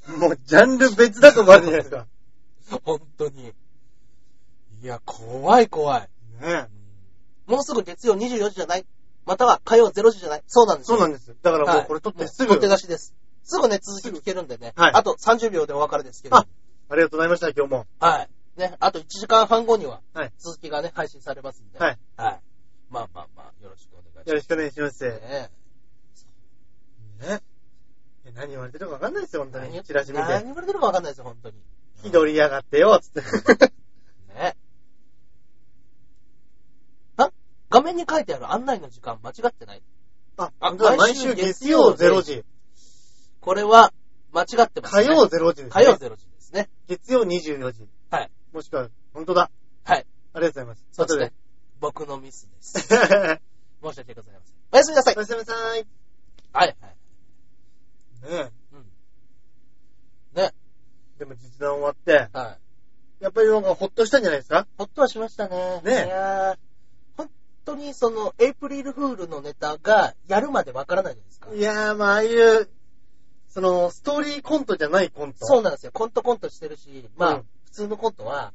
もう、ジャンル別だと思われるじゃないですか。 本当に。いや、怖い怖い。ね、もうすぐ月曜にじゅうよじじゃないまたは火曜れいじじゃないそうなんですよ。そうなんです。だからもうこれ撮ってすぐ。 はい、手出しです。すぐね、続き聞けるんでね。はい。あとさんじゅうびょうでお別れですけど。 あ、ありがとうございました、今日も。 はい。ね、あといちじかんはんごには、はい。続きがね、配信されますんで。はい。はい。まあまあまあ、よろしくお願いします。 よろしくお願いします。 ね。 ね。 何言われてるか分かんないですよ、本当に。チラシ見て。 何言われてるか分かんないですよ、本当に。 ひどりやがってよ、つって。 ね。あ、画面に書いてある案内の時間間違ってない？ あ、あ毎週月曜ゼロじ。 これは間違ってますね。 火曜ゼロじですね。 火曜ゼロじですね。 月曜にじゅうよじ。 はい。 もしくは、本当だ。 はい。 ありがとうございます。 そうですね。僕のミスです。申し訳ございません。おやすみなさい。 おやすみなさい。 はい。はい。 ねえ。 うん。ね。 でも実談終わって、 はい。 やっぱりなんかほっとしたんじゃないですか？ ほっとはしましたね。 ねえ。 いやー、本当にその、エイプリルフールのネタがやるまでわからないじゃないですか。 いやー、まあ、ああいう、その、ストーリーコントじゃないコント。 そうなんですよ。コントコントしてるし、まあ、うん、普通のコントは、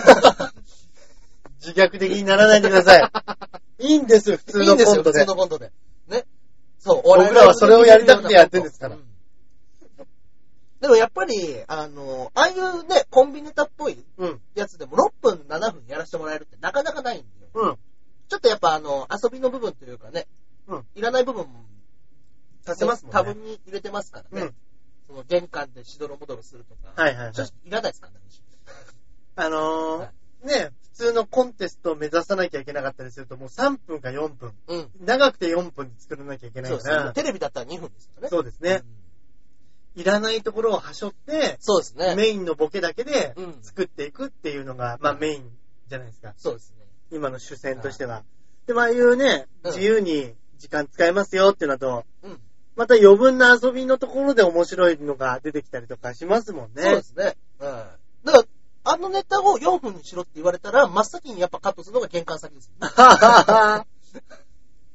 自虐的にならないでください。いいんですよ、普通のコントで。いいんですよ、 普通のコントで。ね。そう、 僕らはそれをやりたくてやってるんですから。うん、 でもやっぱり、あの、ああいうね、コンビネタっぽいやつでもろっぷん、ななふんやらせてもらえるってなかなかないんで。 うん。 ちょっとやっぱあの、遊びの部分というかね、うん。いらない部分も、 させますもんね。 多分に入れてますからね。うん。その玄関でしどろもどろするとか。 はいはいはい。 ちょっといらないですからね。 あのー、はい、ね、普通のコンテストを目指さなきゃいけなかったりすると、もうさんぷんかよんぷん。うん。長くてよんぷんで作らなきゃいけないから。そうですね。 テレビだったらにふんですよね。 そうですね。うん、いらないところをはしょって、 そうですね。 メインのボケだけで作っていくっていうのが、うん、まあメインじゃないですか。 そうですね。 今の主戦としては。はい、で、まあああいうね、自由に時間使えますよっていうのと、うん、また余分な遊びのところで面白いのが出てきたりとかしますもんね。 そうですね。うん。だから、あのネタをよんぷんにしろって言われたら、真っ先にやっぱカットするのが玄関先ですよ、ね。はい。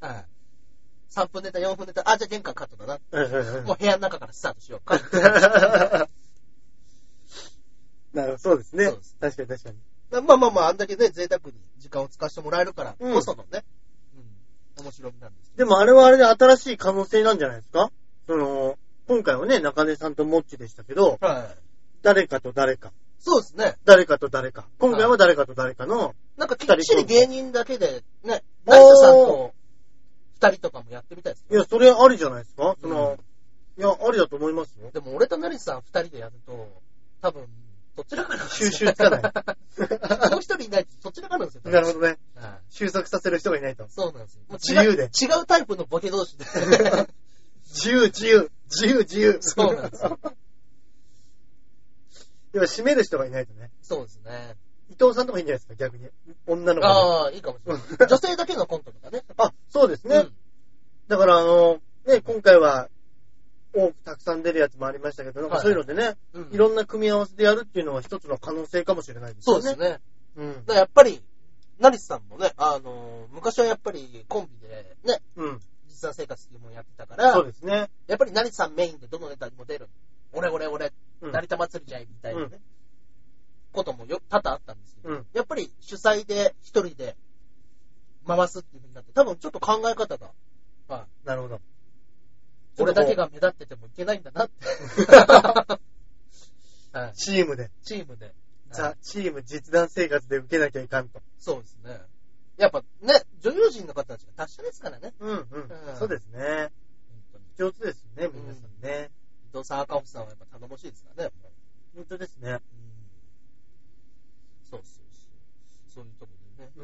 さんぷんネタ、よんぷんネタ、あ、じゃあ玄関カットだな。もう部屋の中からスタートしよう。 なるほど、そうですね。そうです。確かに確かに。 まあまあまあ、あんだけね、贅沢に時間を使わせてもらえるからこそのね、うん、面白みなんですけど。 でもあれはあれで新しい可能性なんじゃないですか？その、今回はね、中根さんとモッチでしたけど、はい、誰かと誰か。 そうですね。 誰かと誰か。今回は誰かと誰かの、はい、 なんかきっちり芸人だけで、ね、成田さんと二人とかもやってみたいです、ね。 いや、それありじゃないですか？その、うん、いや、ありだと思いますよ。 でも俺と成田さん二人でやると、多分、どちらかなんですよ。 収集つかない。もう一人いないとそっちらかなんですよ。 なるほどね。はい、収束させる人がいないと。 そうなんですよ。 自由で。 違うタイプのボケ同士で。 自由、自由、自由、自由。 そうなんですよ。 でも締める人がいないとね。 そうですね。 伊藤さんとかいいんじゃないですか、逆に。女の子。 ああ、いいかもしれない。女性だけのコントとかね。 あ、そうですね。うん、だからあの、ね、今回は、多くたくさん出るやつもありましたけど、なんかそういうのでね、はいうん、いろんな組み合わせでやるっていうのは一つの可能性かもしれないですね。 そうですね。うん。だからやっぱり、成瀬さんもね、あの、昔はやっぱりコンビでね、うん、実際生活っていうものをやってたから、 そうですね。 やっぱり成瀬さんメインでどのネタにも出る。俺俺俺、うん、成田祭りじゃいみたいなね、うん、こともよ多々あったんですけど、うん、やっぱり主催で一人で回すっていう風になって、多分ちょっと考え方が、 まあ、なるほど。 俺だけが目立っててもいけないんだなって。 はい、チームで。 チームで。 ザ・チーム実弾生活で受けなきゃいかんと。 そうですね。やっぱね、女優陣の方たちが達者ですからね。 うんうん。うん、そうですね。本当に上手ですよね、皆さんね。 伊藤さん、赤星さんはやっぱ頼もしいですからね。 本当ですね。うん、 そうそうそう。そういうところでね。うん。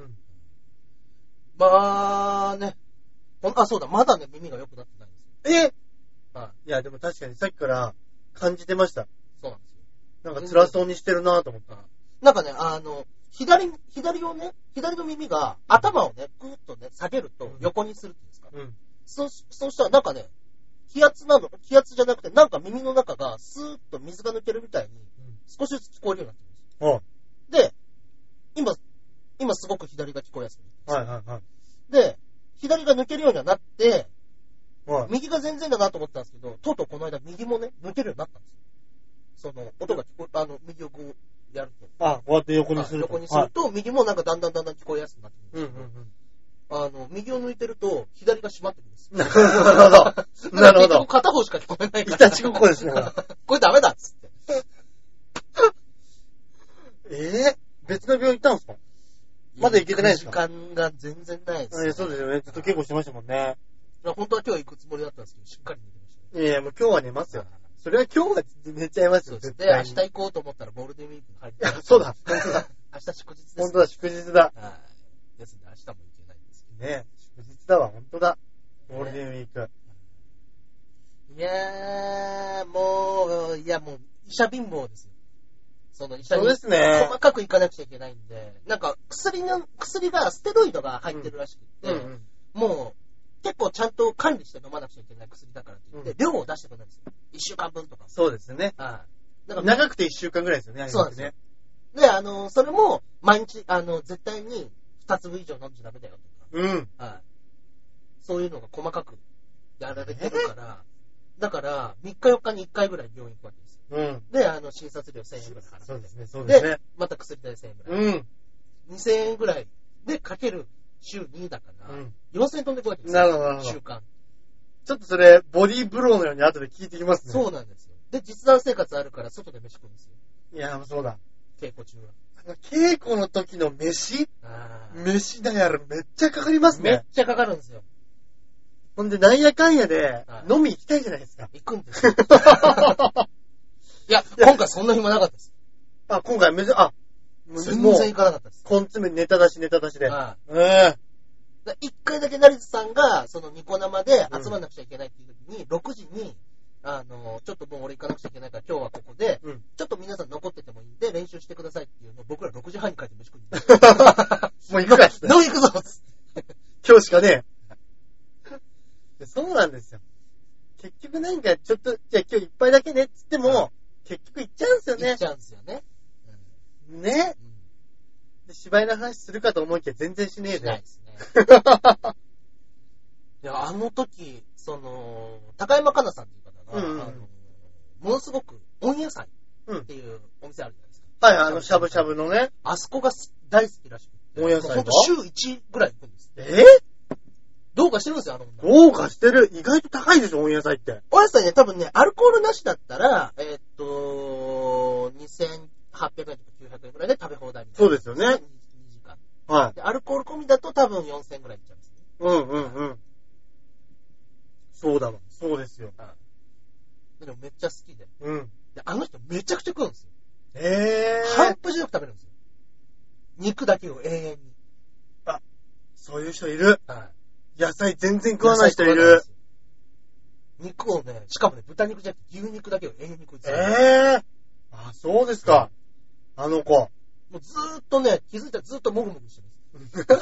まあね。あ、そうだ、まだね、耳が良くなってないんですよ。 えあいや、でも確かにさっきから感じてました。 そうなんですよ。 なんか辛そうにしてるなぁと思った。 なんかね、あの、左、左をね、左の耳が頭をね、ぐーっとね、下げると横にするっていうんですか。うん。そう、そうしたらなんかね、気圧なの、気圧じゃなくて、なんか耳の中がスーッと水が抜けるみたいに、少しずつ聞こえるようになってるんですよ。で、今、今すごく左が聞こえやすい。 はいはいはい。 で、左が抜けるようにはなって、はい、右が全然だなと思ったんですけど、とうとうこの間右もね、抜けるようになったんですよ。その、音が聞こえ、あの、右をこうやると。 あ、こうやって横にすると。 横にすると、はい、右もなんかだんだんだんだん聞こえやすくなってくるんですよ。うんうんうん。あの、右を抜いてると、左が閉まってくるんですよ。 なるほど。なるほど。 片方しか聞こえないから。 いたちごっこですね。 これダメだっつって。 えー、別の病院行ったんですか？まだ行けてないですか？ 時間が全然ないです、 ね。そうですよね。ずっと稽古してましたもんね。 本当は今日行くつもりだったんですけど、しっかり寝てましいや、もう今日は寝ますよ。それは今日は寝ちゃいますよ。 で、明日行こうと思ったらゴールデンウィークに入って。 いや、そうだ。本当だ。 明日祝日です。 本当だ、祝日だ。 はい。ですね、明日も行けないんですけど。 ね祝日だわ、本当だ。ゴールデンウィーク。 いやー、もう、いやもう、医者貧乏ですよ。その医者に細かく行かなくちゃいけないんで、なんか薬の、薬がステロイドが入ってるらしくて、うんうんうん、もう結構ちゃんと管理して飲まなくちゃいけない薬だからって言って、うん、量を出してくれないんですよ。いっしゅうかんぶんとか。 そうですね。 はい。 だから長くていっしゅうかんぐらいですよね。 そうなんですね。で、あの、それも毎日、あの、絶対にに粒以上飲んじゃダメだよとか。 うん。 はい。そういうのが細かくやられてるから、だからみっかよっかにいっかいぐらい病院行くわけですよ。 うん。 で、あの、診察料せんえんぐらい払って。 そうですね、そうですね。 で、また薬代せんえんぐらい。うん。にせんえんぐらいでかける週にだから、うん、よんせんえん飛んでこいわけですよ。 なるほど、なるほど。 週間。 ちょっとそれ、ボディーブローのように後で聞いてきますね。 そうなんですよ。で、実弾生活あるから外で飯食うんですよ。 いや、そうだ。 稽古中は。 あの、稽古の時の飯飯だやるめっちゃかかりますね。 めっちゃかかるんですよ。 ほんで、なんやかんやで、飲み行きたいじゃないですか。 行くんですよ。いや、今回そんな暇なかったです。 あ、今回めず、あ、 全然行かなかったです。 コン詰めネタ出しネタ出しで。 はい。 ええ。一回だけ成田さんが、そのニコ生で集まんなくちゃいけないっていう時に、うん、ろくじに、あの、ちょっともう俺行かなくちゃいけないから今日はここで、うん、ちょっと皆さん残っててもいいんで練習してくださいっていうのを僕らろくじはんに帰って飯食いに行って。 もう行くかっつって。 飲み行くぞっつって。 今日しかねえ。そうなんですよ。結局なんかちょっと、じゃあ今日いっぱいだけねっつっても、はい、結局行っちゃうんですよね。 行っちゃうんですよね。 うん、ね、うん、で、芝居の話するかと思いきや全然しねえで。 しないですね。いや、あの時、その、高山かなさんっていう方が、うんうん、あのものすごく温野菜っていうお店あるじゃないですか。 はい、あの、しゃぶしゃぶのね。 あそこが大好きらしくて。 温野菜がほんと週いちぐらい行くんです。 えどうかしてるんですよ、あの女。どうかしてる。意外と高いでしょ、温野菜って。 温野菜ね、多分ね、アルコールなしだったら、えー、っと、にせんはっぴゃくえんとかきゅうひゃくえんぐらいで食べ放題みたいな。 そうですよね。 にじかん。 はい。 で、アルコール込みだと多分よんせんえんぐらいいっちゃうんですね。 うんうんうん。そうだわ。そうですよ。 はい。でもめっちゃ好きで。 うん。 で、あの人めちゃくちゃ食うんですよ。 へー。 半端じゃなく食べるんですよ。肉だけを永遠に。 あ、そういう人いる。 はい。 野菜全然食わない人いる。 肉をね、しかもね、豚肉じゃなくて牛肉だけを永遠に食いつける。 えー。あ、そうですか。うん、あの子。もうずーっとね、気づいたらずーっともぐもぐしてるんです。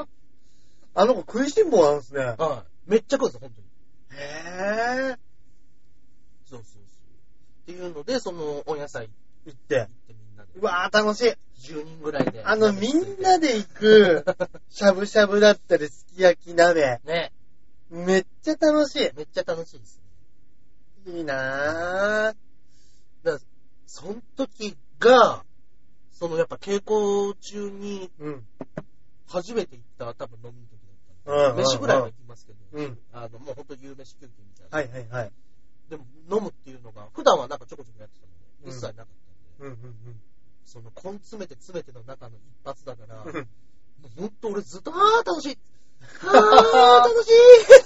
あの子食いしん坊なんですね。 はい。めっちゃ食うんですよ、本当に。 へー。 そうそうそう。っていうので、その、お野菜行って。行ってみんなで。 うわー、楽しい。 じゅうにんぐらいで。 あの、みんなで行く、しゃぶしゃぶだったり、すき焼き鍋。 ね。 めっちゃ楽しい。 めっちゃ楽しいですね。いいなぁ。 だから、その時が、そのやっぱ稽古中に、初めて行った多分飲みの時だったんで、うん、飯ぐらいは行きますけど、 うん、 あの、もうほんと夕飯休憩みたいな。 はいはいはい。 でも飲むっていうのが、普段はなんかちょこちょこやってたので、一切なかったんで、 うんうんうんうん、 その根詰めて詰めての中の一発だから、もうほんと俺ずっと、あー楽しいあー楽しい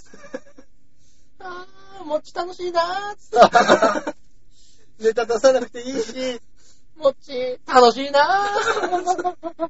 あーもっち楽しいなーっつって。 ネタ出さなくていいし、 もっち楽しいなー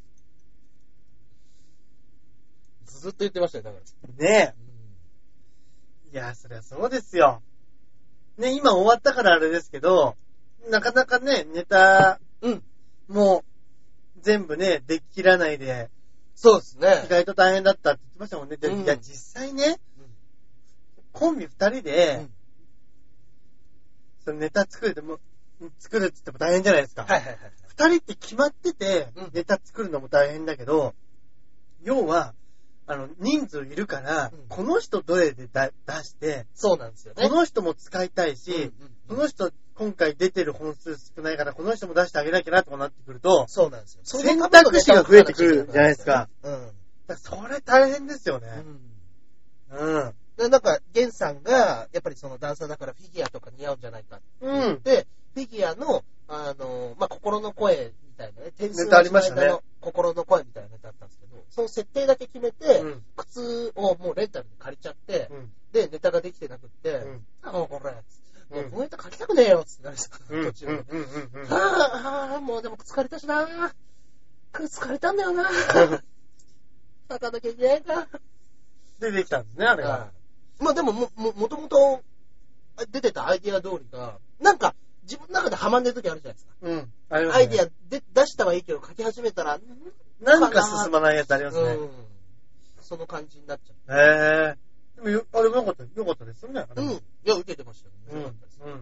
ずっと言ってましたよ、だから。 ねえ。うん、いや、そりゃそうですよ。ね、今終わったからあれですけど、なかなかね、ネタ、 うん。 もう、全部ね、でききらないで。 そうですね。 意外と大変だったって言ってましたもんね。で、うん、いや、実際ね、うん、コンビ二人で、うん、そのネタ作るっても、作るって言っても大変じゃないですか。 はいはいはい。 二人って決まってて、ネタ作るのも大変だけど、要は、あの、人数いるから、うん、この人どれで出して、 そうなんですよね。 この人も使いたいし、うんうんうん、この人今回出てる本数少ないから、この人も出してあげなきゃなとかなってくると、 そうなんですよ。 選択肢が増えてくるじゃないですか。うん。だからそれ大変ですよね。うん。うん。 で、なんか、ゲンさんが、やっぱりそのダンサーだからフィギュアとか似合うんじゃないかって言って、うん、フィギュアの、あの、まあ、心の声みたいなね、点数の違いの心の声みたいなネタあったんですけど、その設定だけ決めて、うん、靴をもうレンタルで借りちゃって、うん、で、ネタができてなくって、うん、あくねえよつってなりさ、 うん途中で。 うんうんうんうん。 はぁ、もうでも疲れたしなぁ。疲れたんだよなぁ。書かなきゃいけないか。 で、できたんですね、あれが。 まあでもも、も、もともと出てたアイディア通りが、なんか自分の中でハマんでる時あるじゃないですか。 うん。ありますね。 アイディアで出したはいいけど書き始めたら、 なんか進まないやつありますね。 うん。その感じになっちゃう。 へぇー。でもよ、あれもよかった、よかったですよね。 うん。いや、受けてましたよね。 うん。 よかったですうん。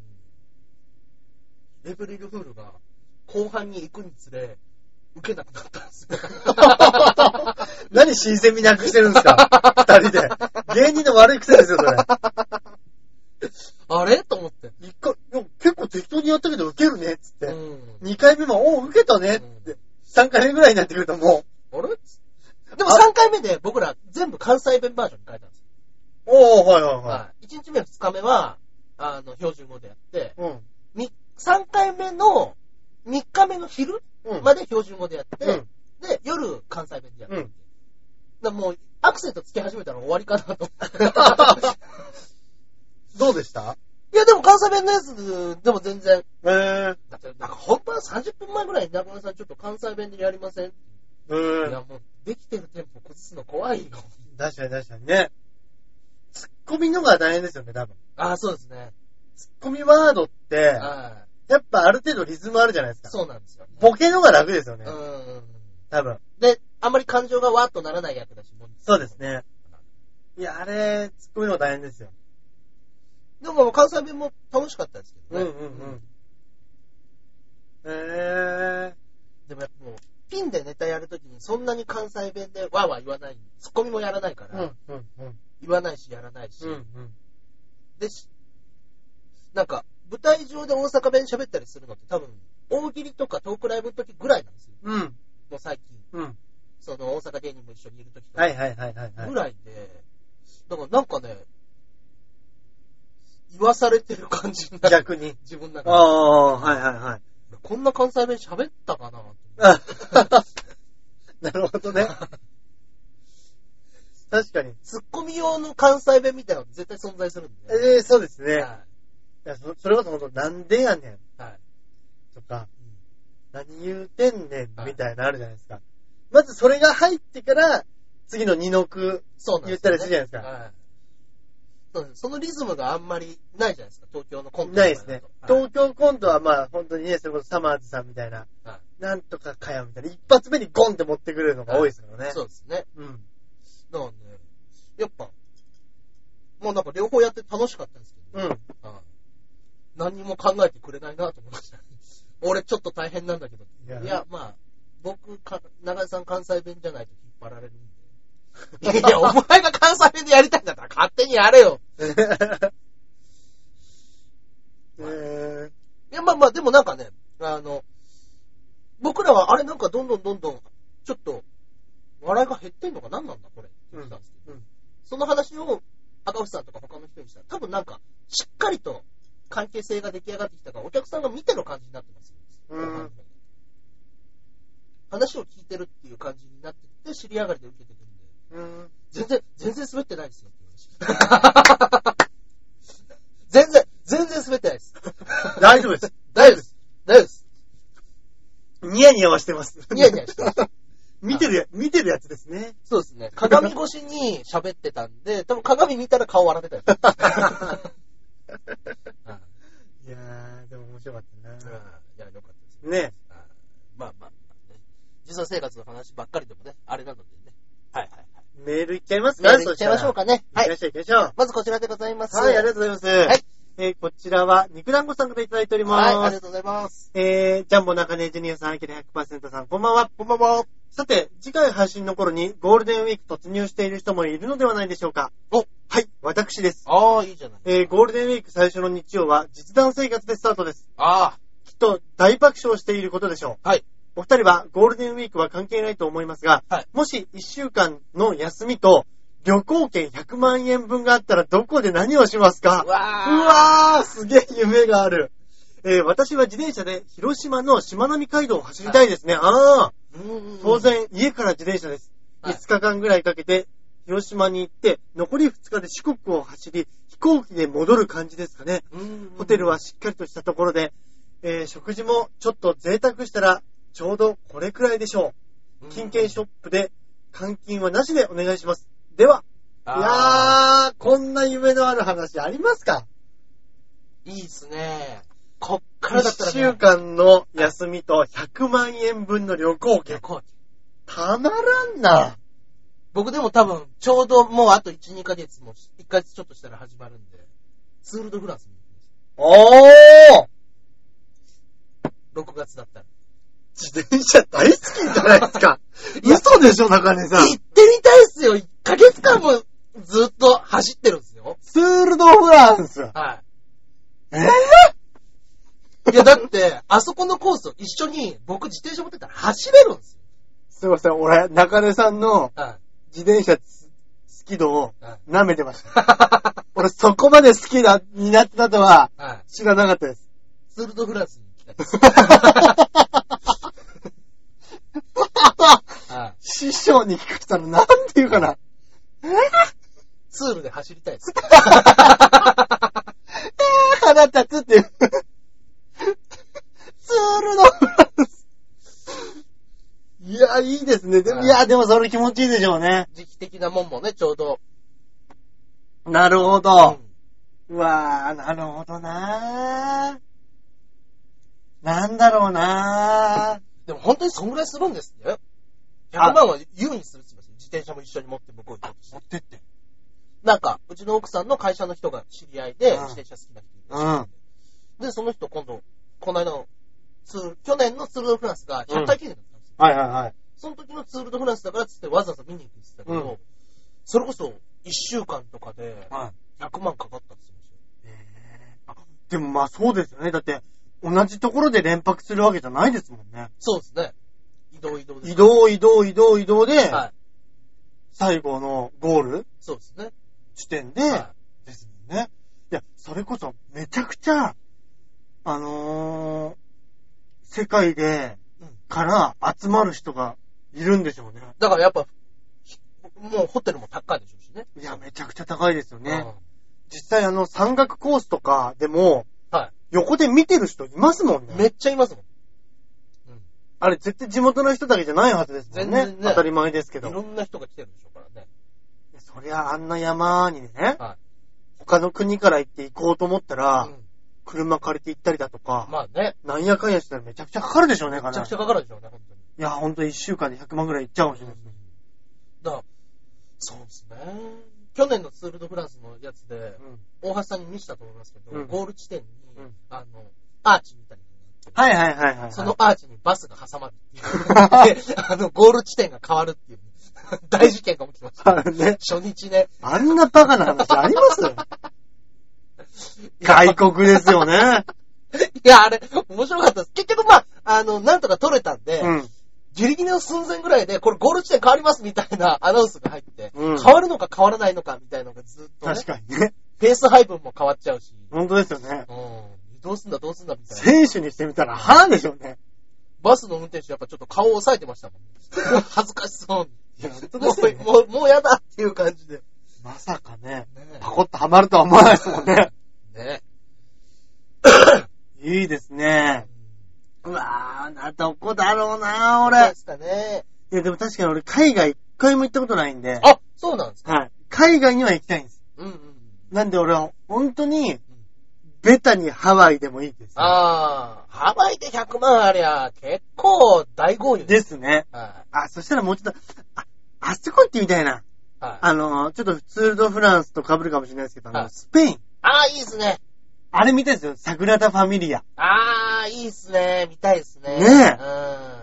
エブリルフールが後半に行くにつれ、受けなくなったんですよ。 何新鮮味なくしてるんですか二人で。芸人の悪い癖ですよ、それ。 あれと思って。 一回、でも結構適当にやったけど受けるね、っつって。 うん。 二回目も、おう、受けたね、って。三回目ぐらいになってくるともう。あれでもさんかいめで僕ら全部関西弁バージョンに変えたんですよ。 おー、はいはいはい。 いちにちめふつかめは、あの、標準語でやって、 うん。 さんかいめのみっかめの昼まで標準語でやって、うん、で、夜関西弁でやって、うん、だもうアクセントつけ始めたら終わりかなと思ってどうでした？ いやでも関西弁のやつでも全然、 えー、 だってなんか本当はさんじゅっぷんまえぐらいに中村さんちょっと関西弁でやりません？ うん、 いやもうできてるテンポ崩すの怖いよ。 確かに確かにね。ツッコミのが大変ですよね、多分。 ああ、そうですね。 ツッコミワードって、やっぱある程度リズムあるじゃないですか。 そうなんですよ、ね。 ボケのが楽ですよね。 うん。 多分。 で、あんまり感情がわーっとならない役だし。 そうですね。いや、あれ、ツッコミのが大変ですよ。 でも関西弁も楽しかったですけどね。 うんうんうん。へー。でもやっぱもう、ピンでネタやるときにそんなに関西弁でわーわー言わない。ツッコミもやらないから。 うんうんうん。 言わないしやらないし。 うんうん。 で、なんか、舞台上で大阪弁喋ったりするのって多分、大喜利とかトークライブの時ぐらいなんですよ。 うん。もう最近。 うん。 その大阪芸人も一緒にいる時とか。 はいはいはいはい、はい。 ぐらいで、だからなんかね、言わされてる感じになる。 逆に。 自分の中で。 ああ、はいはいはい。 こんな関西弁喋ったかななるほどね。確かに。 ツッコミ用の関西弁みたいなの絶対存在するんで。 ええー、そうですね。はい、 いやそ、それこそほんと、なんでやねん。 はい。 とか、うん、何言うてんねん、みたいなのあるじゃないですか。はい、まずそれが入ってから、次の二の句、言ったりするじゃないですか。はい。 そうです。そのリズムがあんまりないじゃないですか、東京のコント。 ないですね。はい、東京コントはまあ、本当にね、それこそサマーズさんみたいな、はい、なんとかかやみたいな、一発目にゴンって持ってくるのが多いですからね。 はい、そうですね。 うん。 だからね、やっぱ、もうなんか両方やって楽しかったんですけど、 うん。 ああ何にも考えてくれないなと思いました。俺ちょっと大変なんだけど。いや、いやまあ、僕か、長井さん関西弁じゃないと引っ張られるんで。いや、お前が関西弁でやりたいんだったら勝手にやれよ。えー、いや、まあまあ、でもなんかね、あの、僕らはあれなんかどんどんどんどん、ちょっと、笑いが減ってんのか何なんだこれって言ってたんですけど、うんうん、その話を赤星さんとか他の人にしたら多分なんかしっかりと関係性が出来上がってきたからお客さんが見てる感じになってますよ、うん、話を聞いてるっていう感じになってきて尻上がりで受けてくるんで、うん、全然全然滑ってないですよ全然全然滑ってないです大丈夫です大丈夫です大丈夫ですニヤニヤはしてますニヤニヤしてます見てるや、見てるやつですね。 そうですね。鏡越しに喋ってたんで、多分鏡見たら顔笑ってたよ。いやー、でも面白かったな。いや、よかったですね。 まあまあ、ね、実際生活の話ばっかりでもね、あれなのでね。はいはいはい。 メールいっちゃいますか？ メールいっちゃいましょうかね。 はい。いきましょう、いきましょう。 まずこちらでございます。 はい、ありがとうございます。はい。えー、こちらは、肉団子さんからいただいております。 はい、ありがとうございます。 えー、ジャンボ中根ジュニアさん、アキラ ひゃくパーセント さん、こんばんは。こんばんは。さて、次回配信の頃にゴールデンウィーク突入している人もいるのではないでしょうか。 お、 はい、私です。 ああ、いいじゃない。 えー、ゴールデンウィーク最初の日曜は実弾生活でスタートです。 ああ。 きっと大爆笑していることでしょう。はい。 お二人はゴールデンウィークは関係ないと思いますが、はい、もしいっしゅうかんの休みと旅行券ひゃくまんえんぶんがあったらどこで何をしますか？ うわー。 うわー、すげえ夢がある。えー、私は自転車で広島のしまなみ海道を走りたいですね。はい、ああ。当然、家から自転車です。はい、いつかかんぐらいかけて、 広島に行って、残りふつかで四国を走り、飛行機で戻る感じですかね。ホテルはしっかりとしたところで、えー、食事もちょっと贅沢したら、ちょうどこれくらいでしょう。金券ショップで、換金はなしでお願いします。では、いやー、こんな夢のある話ありますか？ いいっすね。こっからだったら、ね、 いっしゅうかんの休みとひゃくまんえんぶんの旅行券。 旅行券。 たまらんな。 僕でも多分、ちょうどもうあといち、にかげつも、いっかげつちょっとしたら始まるんで、ツールドフランスに行きます。おー !ろくがつだったら。 自転車大好きじゃないですか。嘘でしょ、中根さん。 行ってみたいっすよ。いっかげつかんもずっと走ってるんですよ。 ツールドフランス。 はい。 えぇ、 ー、いや、だって、あそこのコースを一緒に僕自転車持ってたら走れるんですよ。 すいません、俺、中根さんの自転車好き度を舐めてました。はい、俺、そこまで好きだ、になってたとは知らなかったです。 ツールドフランスに行きたいです。 師匠に聞かせたらなんて言うかな。 ツールで走りたいです。 腹立つっていう。ツールのフランス。いや、いいですね。でも、いや、でもそれ気持ちいいでしょうね。 時期的なもんもね、ちょうど。 なるほど。うん、うわー、なるほどなー。なんだろうなー。 でも本当にそんぐらいするんですね。ひゃくまんは優にするって言いますよ。自転車も一緒に持って向こうに持ってって。 なんか、うちの奥さんの会社の人が知り合いで、自転車好きな人いる、うん、で、その人今度、この間のツール、去年のツールドフランスがひゃっかい記念だったんですよ、うん。はいはいはい。その時のツールドフランスだからっつってわざわざ見に行くって言ってたけど、うん、それこそいっしゅうかんとかでひゃくまんかかったって言ってましたよ。 へー。でもまあそうですよね。だって、同じところで連泊するわけじゃないですもんね。 そうですね。移動移動です、ね。 移動移動移動移動で、はい、最後のゴールそうですね。 地点で、はい、ですもんね。いや、それこそめちゃくちゃ、あのー、世界で、うん、から集まる人がいるんでしょうね。 だからやっぱ、もうホテルも高いでしょうしね。 いや、めちゃくちゃ高いですよね。うん、実際あの、山岳コースとかでも、はい、横で見てる人いますもんね。 めっちゃいますもん。 うん、あれ絶対地元の人だけじゃないはずですもんね。全然ね。当たり前ですけど。 いろんな人が来てるでしょうからね。 そりゃあんな山にね、はい、他の国から行って行こうと思ったら、うん、車借りて行ったりだとか、 まあね。 なんやかんやしたらめちゃくちゃかかるでしょうね、 めちゃくちゃかかるでしょうね、本当に。 いや、本当にいっしゅうかんでひゃくまんぐらい行っちゃうかもしれないですね。 だから、そうですね。去年のツールドフランスのやつで、うん、大橋さんに見せたと思いますけど、うん、ゴール地点に、うん、あの、アーチみたいなはいはいはいはい、はい。 そのアーチにバスが挟まるっていう。で、あの、ゴール地点が変わるっていう、ね。大事件が起きました。ね、初日ね。 あんなバカな話あります外国ですよね。 いや、あれ、面白かったです。結局まあ、あの、なんとか取れたんで、うん、ギリギリの寸前ぐらいで、これゴール地点変わりますみたいなアナウンスが入って、うん、変わるのか変わらないのかみたいなのがずっと、ね。 確かにね。 ペース配分も変わっちゃうし。 本当ですよね。 うん。どうすんだどうすんだみたいな。 選手にしてみたら腹でしょうね。 バスの運転手やっぱちょっと顔を押さえてましたもん。恥ずかしそうに。 いや、本当ですよね、 もう、もう、もうやだっていう感じで。 まさかね、ねパコッとハマるとは思わないですもんね。 ね。 いいですね。うわぁ、どこだろうなぁ、俺。 そうですかね。 いや、でも確かに俺、海外一回も行ったことないんで。 あ、そうなんですか。 はい。海外には行きたいんです。 うんうん。 なんで俺は、本当に、ベタにハワイでもいいです、ね。 ああ、ハワイでひゃくまんありゃ、結構大豪遊ですね。はい。あ、そしたらもうちょっと、あ、あそこ行ってみたいな。はい。あの、ちょっとツールドフランスと被るかもしれないですけど、はい、あの、スペイン。 ああ、いいですね。 あれ見たいですよ。サグラダ・ファミリア。 ああ、いいですね。見たいですね。 ねえ。うん。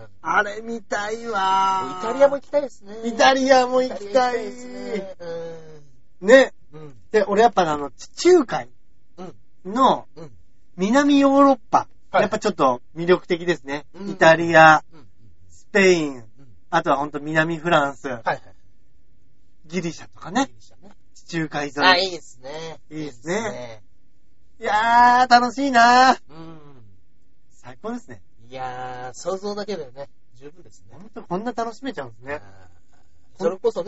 あれ見たいわ。 イタリアも行きたいですね。 イタリアも行きたいですね。うん。ね。うん。で、俺やっぱあの、地中海の南ヨーロッパ、うん、やっぱちょっと魅力的ですね。はい、イタリア、うん、スペイン、うん、あとはほんと南フランス、はいはい、ギリシャとかね。ギリシャね、地中海沿い。 あ、いいですね。 いいですね。いいですね。いやー、楽しいなー。うん。最高ですね。 いやー、想像だけでね、十分ですね。 ほんとこんな楽しめちゃうんですね。 それこそね、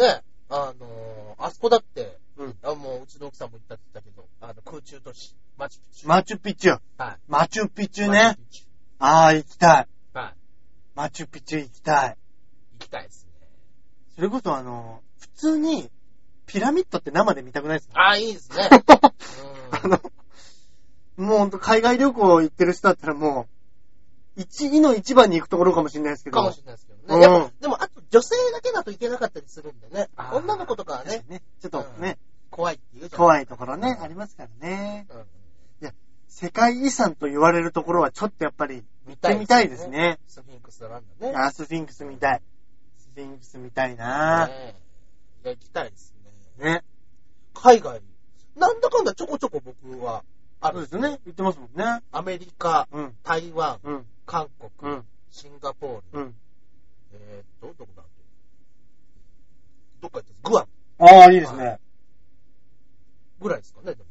あのー、あそこだって、 うん。 あもううちの奥さんも言ったって言ったけど、あの空中都市、マチュピチュ。 マチュピチュ。 はい。 マチュピチュね。チュああ、行きたい。 はい。 マチュピチュ行きたい。 行きたいですね。 それこそあの、普通に、ピラミッドって生で見たくないですか？ ああ、いいですね。 うん、あの、もうほんと海外旅行行ってる人だったらもう、一位の一番に行くところかもしれないですけど。 かもしれないですけどね。うん、やっぱでも、あと女性だけだといけなかったりするんでね。女の子とかはね。 ねちょっとね、 うん、怖いっていうじゃん。 怖いところね、ありますからね。うん、いや、世界遺産と言われるところはちょっとやっぱり行ってみたいですね。 スフィンクスなんだね。 あ、スフィンクス見たい。スフィンクス見たいなぁ。 ねいや、行きたいですね。 ね。 海外、なんだかんだちょこちょこ僕はある。 そうですね。言ってますもんね。 アメリカ、 うん、 台湾、 うん、 韓国、 うん、 シンガポール、 うん、 えーっと、どこだどっか行ってグアム。 ああ、いいですね。 ぐらいですかね、でも。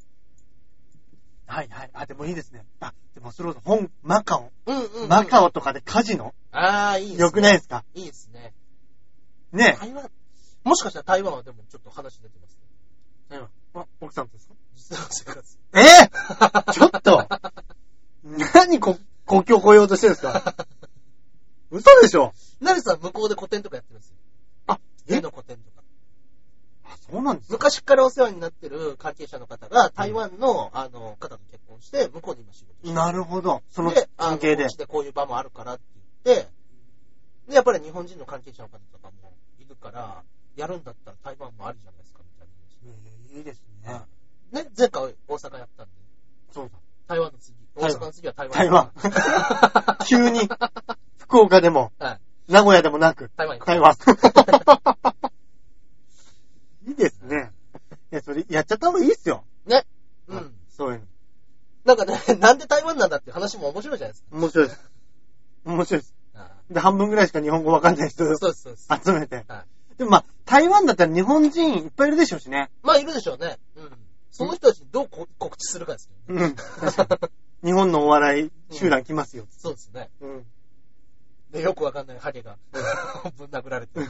はいはい。あ、でもいいですね。あ、でもそれこそ本、マカオ。 うんうん、うん。 マカオとかでカジノああ、いいですね。 よくないですか？ いいですね。 ね。 台湾、もしかしたら台湾はでもちょっと話出てますね。 台湾。あ、奥さんですか？ 実際の生活。 えー、ちょっと何こ、国境越えようとしてるんですか？嘘でしょ？ なるさん向こうで個展とかやってるんですよ。 あ、 絵の個展とか。 あ、そうなんですか？ 昔からお世話になってる関係者の方が台湾の、うん、あの方と結婚して向こうで今仕事してる。 なるほど。その関係で。 で、でこういう場もあるからって言って、で、やっぱり日本人の関係者の方とかもいるから、やるんだったら台湾もあるじゃないですか、みたいな話。 えー、いいですね。 ね、前回大阪やったんで。 そうだ。 台湾の次。大阪の次は台湾。 台湾。急に、福岡でも、はい、名古屋でもなく、 台湾。 台湾。いいですね。いや、それ、やっちゃった方がいいっすよ。 ね。うん。 そういうの。 なんかね、なんで台湾なんだって話も面白いじゃないですか。 面白いです。面白いです。で、半分ぐらいしか日本語わかんない人を集めて。はい、でもまあ、台湾だったら日本人いっぱいいるでしょうしね。 まあ、いるでしょうね。うん。その人たちにどう告知するかですよね。うん。 日本のお笑い集団来ますよ、うん。 そうですね。うん。で、よくわかんないハゲがぶん殴られて。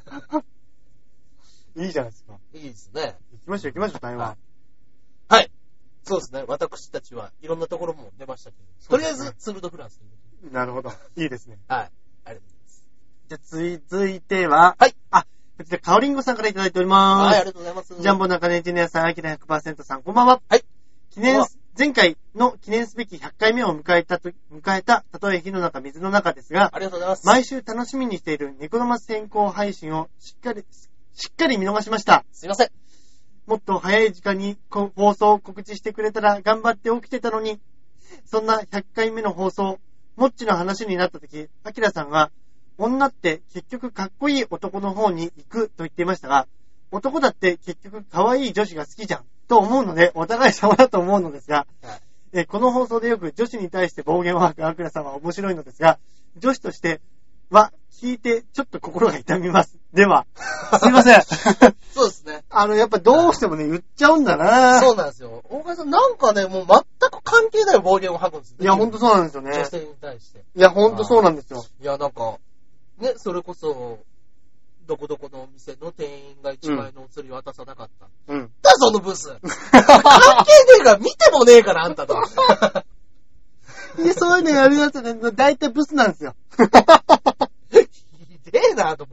いいじゃないですか。 いいですね。 行きましょう行きましょう、台湾。 はい。そうですね。私たちはいろんなところも出ましたけど、とりあえず、ツールドフランス。 なるほど。いいですね。 はい。ありがとうございます。 じゃあ、続いては、 はい。 あ、こちら、カオリンゴさんからいただいております。 はい、ありがとうございます。 ジャンボ中根エンジニアさん、アキラ ひゃくパーセント さん、こんばんは。 はい。 記念、前回の記念すべきひゃっかいめを迎えたと、迎えた、たとえ火の中、水の中ですが、 ありがとうございます。 毎週楽しみにしているニコ生先行配信をしっかり、しっかり見逃しました。 すいません。 もっと早い時間に放送を告知してくれたら頑張って起きてたのに、そんなひゃっかいめの放送、もっちの話になったとき、アキラさんが、女って結局かっこいい男の方に行くと言っていましたが、男だって結局可愛い女子が好きじゃんと思うので、お互い様だと思うのですが、はい、えこの放送でよく女子に対して暴言を吐くアキラさんは面白いのですが、女子としては聞いてちょっと心が痛みます。では、すいません。 そうですね。 あの、やっぱどうしてもね、言っちゃうんだな。 そうなんですよ。大川さん、なんかね、もう全く関係ない暴言を吐くんですね。 いや、ほんとそうなんですよね。 女性に対して。 いや、ほんとそうなんですよ。 いや、なんか、ね、それこそ、どこどこのお店の店員が一枚のお釣り渡さなかった。うん。だ、そのブス。関係ねえから、見てもねえから、あんたと。 いや、そういうのやるやつね、大体ブスなんですよ。 ひでえなと思って。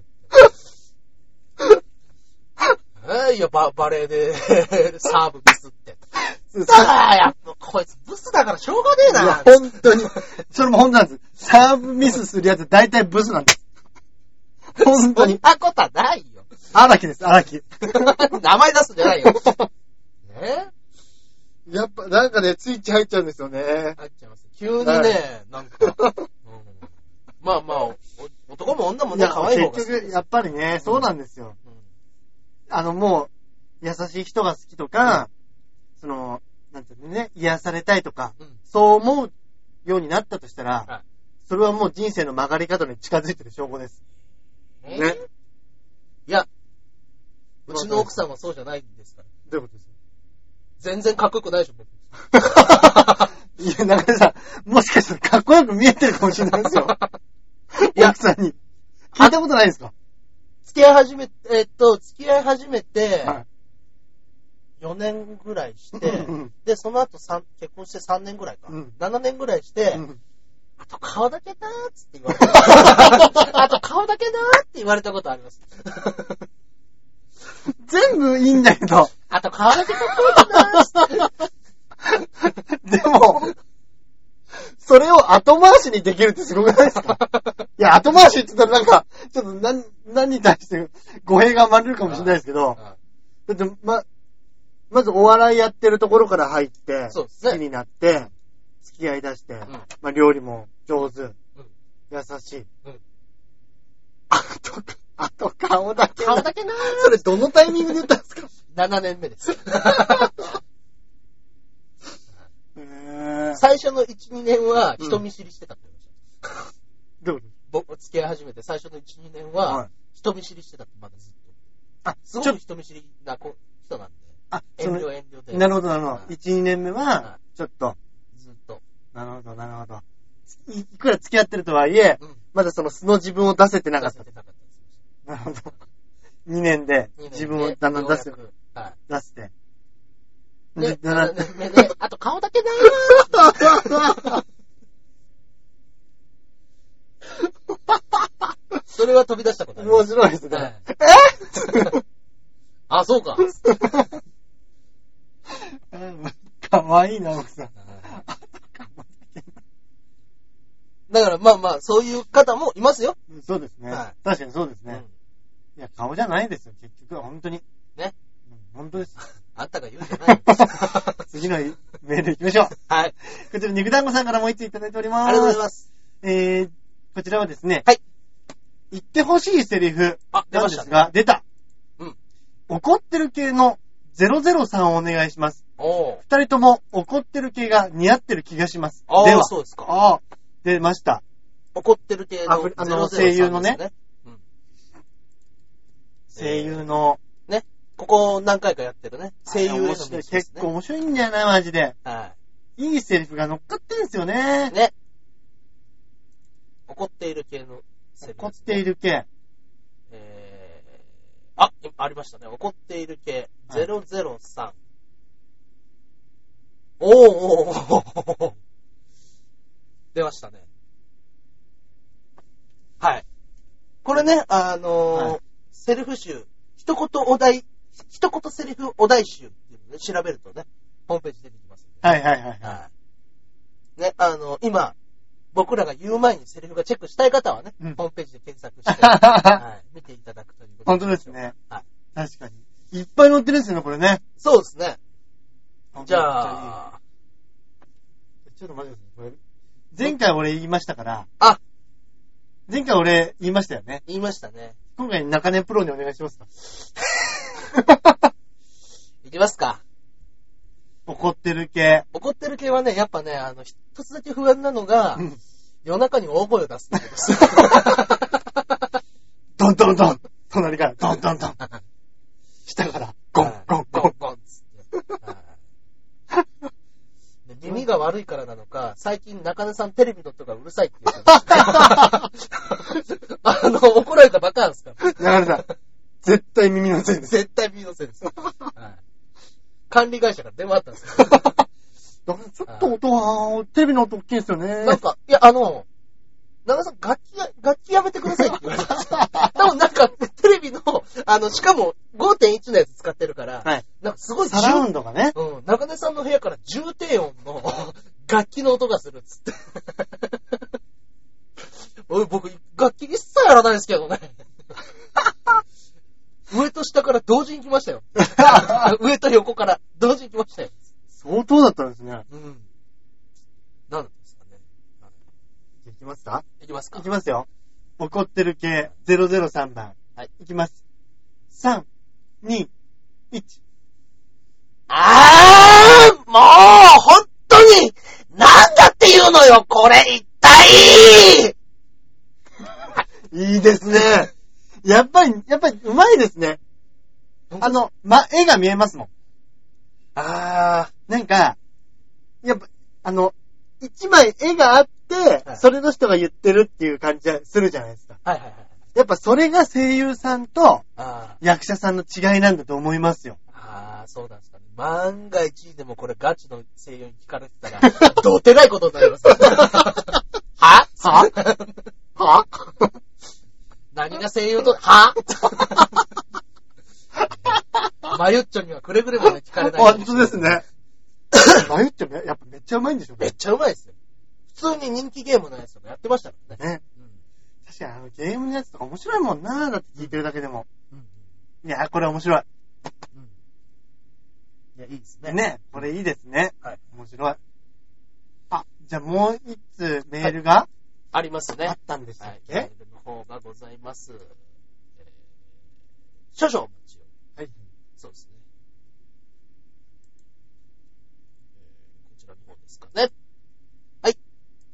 いや、バ、バレーで、サーブミスって。さあ、やっぱ、こいつブスだからしょうがねえな。いや、 ほんとに。それもほんとなんです。サーブミスするやつ大体ブスなんです。ほんとに。 そんなことはないよ。 荒木です、荒木。 名前出すんじゃないよ。ねやっぱ、なんかね、スイッチ入っちゃうんですよね。 入っちゃいます。急にね、はい、なんか、うん、まあまあ、男も女もね、可愛い方が好き。 結局、やっぱりね、そうなんですよ。うん、あの、もう、優しい人が好きとか、うん、その、なんていうのね、癒されたいとか、うん、そう思うようになったとしたら、はい、それはもう人生の曲がり角に近づいてる証拠です。 えー、ね。いや、うちの奥さんはそうじゃないんですから。 どういうことですか？ 全然かっこよくないでしょ、僕。 いや、中根さん、もしかしたらかっこよく見えてるかもしれないですよ。いや、奥さんに。聞いたことないですか？ 付き合い始め、えっと、付き合い始めて、 はいよねんぐらいして、で、その後さん結婚してさんねんぐらいか。 うん、 ななねんぐらいして、うん、あと顔だけなーっつって言われた。あと顔だけなーって言われたことあります。 全部いいんだけど。 あと顔だけかっこいいなーっつって。 でも、それを後回しにできるってすごくないですか？いや、後回しって言ったらなんか、ちょっと何、何に対して語弊が生まれるかもしれないですけど、だって、ま、まずお笑いやってるところから入って、好きになって、付き合い出して、うん、まあ料理も上手、うん、優しい。うん、あと、あと顔だけ。 顔だけなー。 それどのタイミングで言ったんですか？ ななねんめです。最初のいち、にねんは人見知りしてたって言いました。 どういうこと？ 僕付き合い始めて最初のいち、にねんは人見知りしてたってまだずっと。あ、すごい人見知りな人なんで。 あ、 遠慮遠慮で。 なるほどなるほど。いち、にねんめは、ちょっと。 ずっと。 なるほどなるほど。いくら付き合ってるとはいえ、うん、まだその素の自分を出せてなかった。出せてなかった。なるほど。にねんで自分をだんだん出す。はい。出して。 で、ななねんめで、あと顔だけだよーそれは飛び出したことある。 面白いですね。はい、えあ、そうか。 かわいいな、奥さん。 だからまあまあ、そういう方もいますよ。 そうですね。はい、確かにそうですね、うん。いや、顔じゃないですよ、結局は本当に。 ね。 うん、本当です。 あんたが言うんじゃない。 次のメール行きましょう。 はい。 こちら、肉団子さんからもう一ついただいております。 ありがとうございます。 えー、こちらはですね。 はい。 言ってほしいセリフなんですが、出た。うん。怒ってる系のゼロゼロさんをお願いします。 おー。 二人とも怒ってる系が似合ってる気がします。 あー、 では、 そうですか。 あー、出ました。 怒ってる系のあの、声優のね。 うん。 声優の。 ね。ここ何回かやってるね。声優への道ですね。 結構面白いんだよな、マジで。 はい。 いいセリフが乗っかってるんですよね。 ね。怒っている系のセリフ、ね。 怒っている系。 えー、あ、ありましたね。怒っている系。ゼロゼロさん。はい、おーおーおー出ましたね。はい。これね、あのーはい、セリフ集、一言お題、一言セリフお題集っていうのね、調べるとね、ホームページ出てきます、ね。 はいはいはい、 はい。ね、あのー、今、僕らが言う前にセリフがチェックしたい方はね、うん、ホームページで検索して、はい、見ていただくということで。 本当ですね。はい。確かに。いっぱい載ってるんですよね、これね。 そうですね。じゃあ、 ちょっと待ってください。これ前回俺言いましたから。 あ、 前回俺言いましたよね。 言いましたね。 今回中根プロにお願いしますか。 いきますか。 怒ってる系。 怒ってる系はね、やっぱね、あの、一つだけ不安なのが、うん、夜中に大声を出すってことです。 ドンドンドン。隣からドンドンドン。下からゴンゴンゴンゴン。ゴンつって耳が悪いからなのか、最近中根さんテレビの音がうるさいって言ってました。あの、怒られたばっかなんですか。 中根さん、絶対耳のせいです。 絶対耳のせいです。はい、管理会社から電話あったんですよ。 ちょっと音は、テレビの音大きいんですよね。 なんか、いや、あの、中根さん楽器や、楽器やめてくださいって言われたんですよ。多分なんか、テレビの、あの、しかも ごてんいち のやつ使ってるから、はい、なんかすごいサラウンドがね。 うん、中根さんの部屋から重低音の楽器の音がするっつって。おい、僕、楽器一切やらないですけどね。上と下から同時に来ましたよ。上と横から同時に来ましたよ。 相当だったんですね。 うん。なんですかね。 いきますか？ いきますか。 いきますよ。怒ってる系ゼロゼロさんばん。 はい。 いきます。さん、に、いち。 あーもう本当になんだっていうのよこれ一体いいですね。やっぱり、やっぱりうまいですね。あの、ま、絵が見えますもん。 あー、なんか、やっぱ、あの、一枚絵があって、はい、それの人が言ってるっていう感じがするじゃないですか。 はいはいはい。 やっぱそれが声優さんと役者さんの違いなんだと思いますよ。 ああ、そうなんですかね。万が一でもこれガチの声優に聞かれてたら、どてらいことになります。ははは何が声優と、はマユッチョにはくれぐれもね聞かれない。 本当ですね。マユッチョやっぱめっちゃうまいんでしょ。 めっちゃうまいですよ。普通に人気ゲームのやつとかやってましたからね。 ね。うん、確かにあのゲームのやつとか面白いもんなーだって聞いてるだけでも。うん、いや、これ面白い。うん、 いや、いいですね。 ね、これいいですね。 はい。 面白い。あ、じゃあもう一つメールが、はい、 ありますね。 あったんですよ。はい、 メールの方がございます。えー、少々お待ちを。 はい。 そうですね。えー、こちらの方ですかね。はい。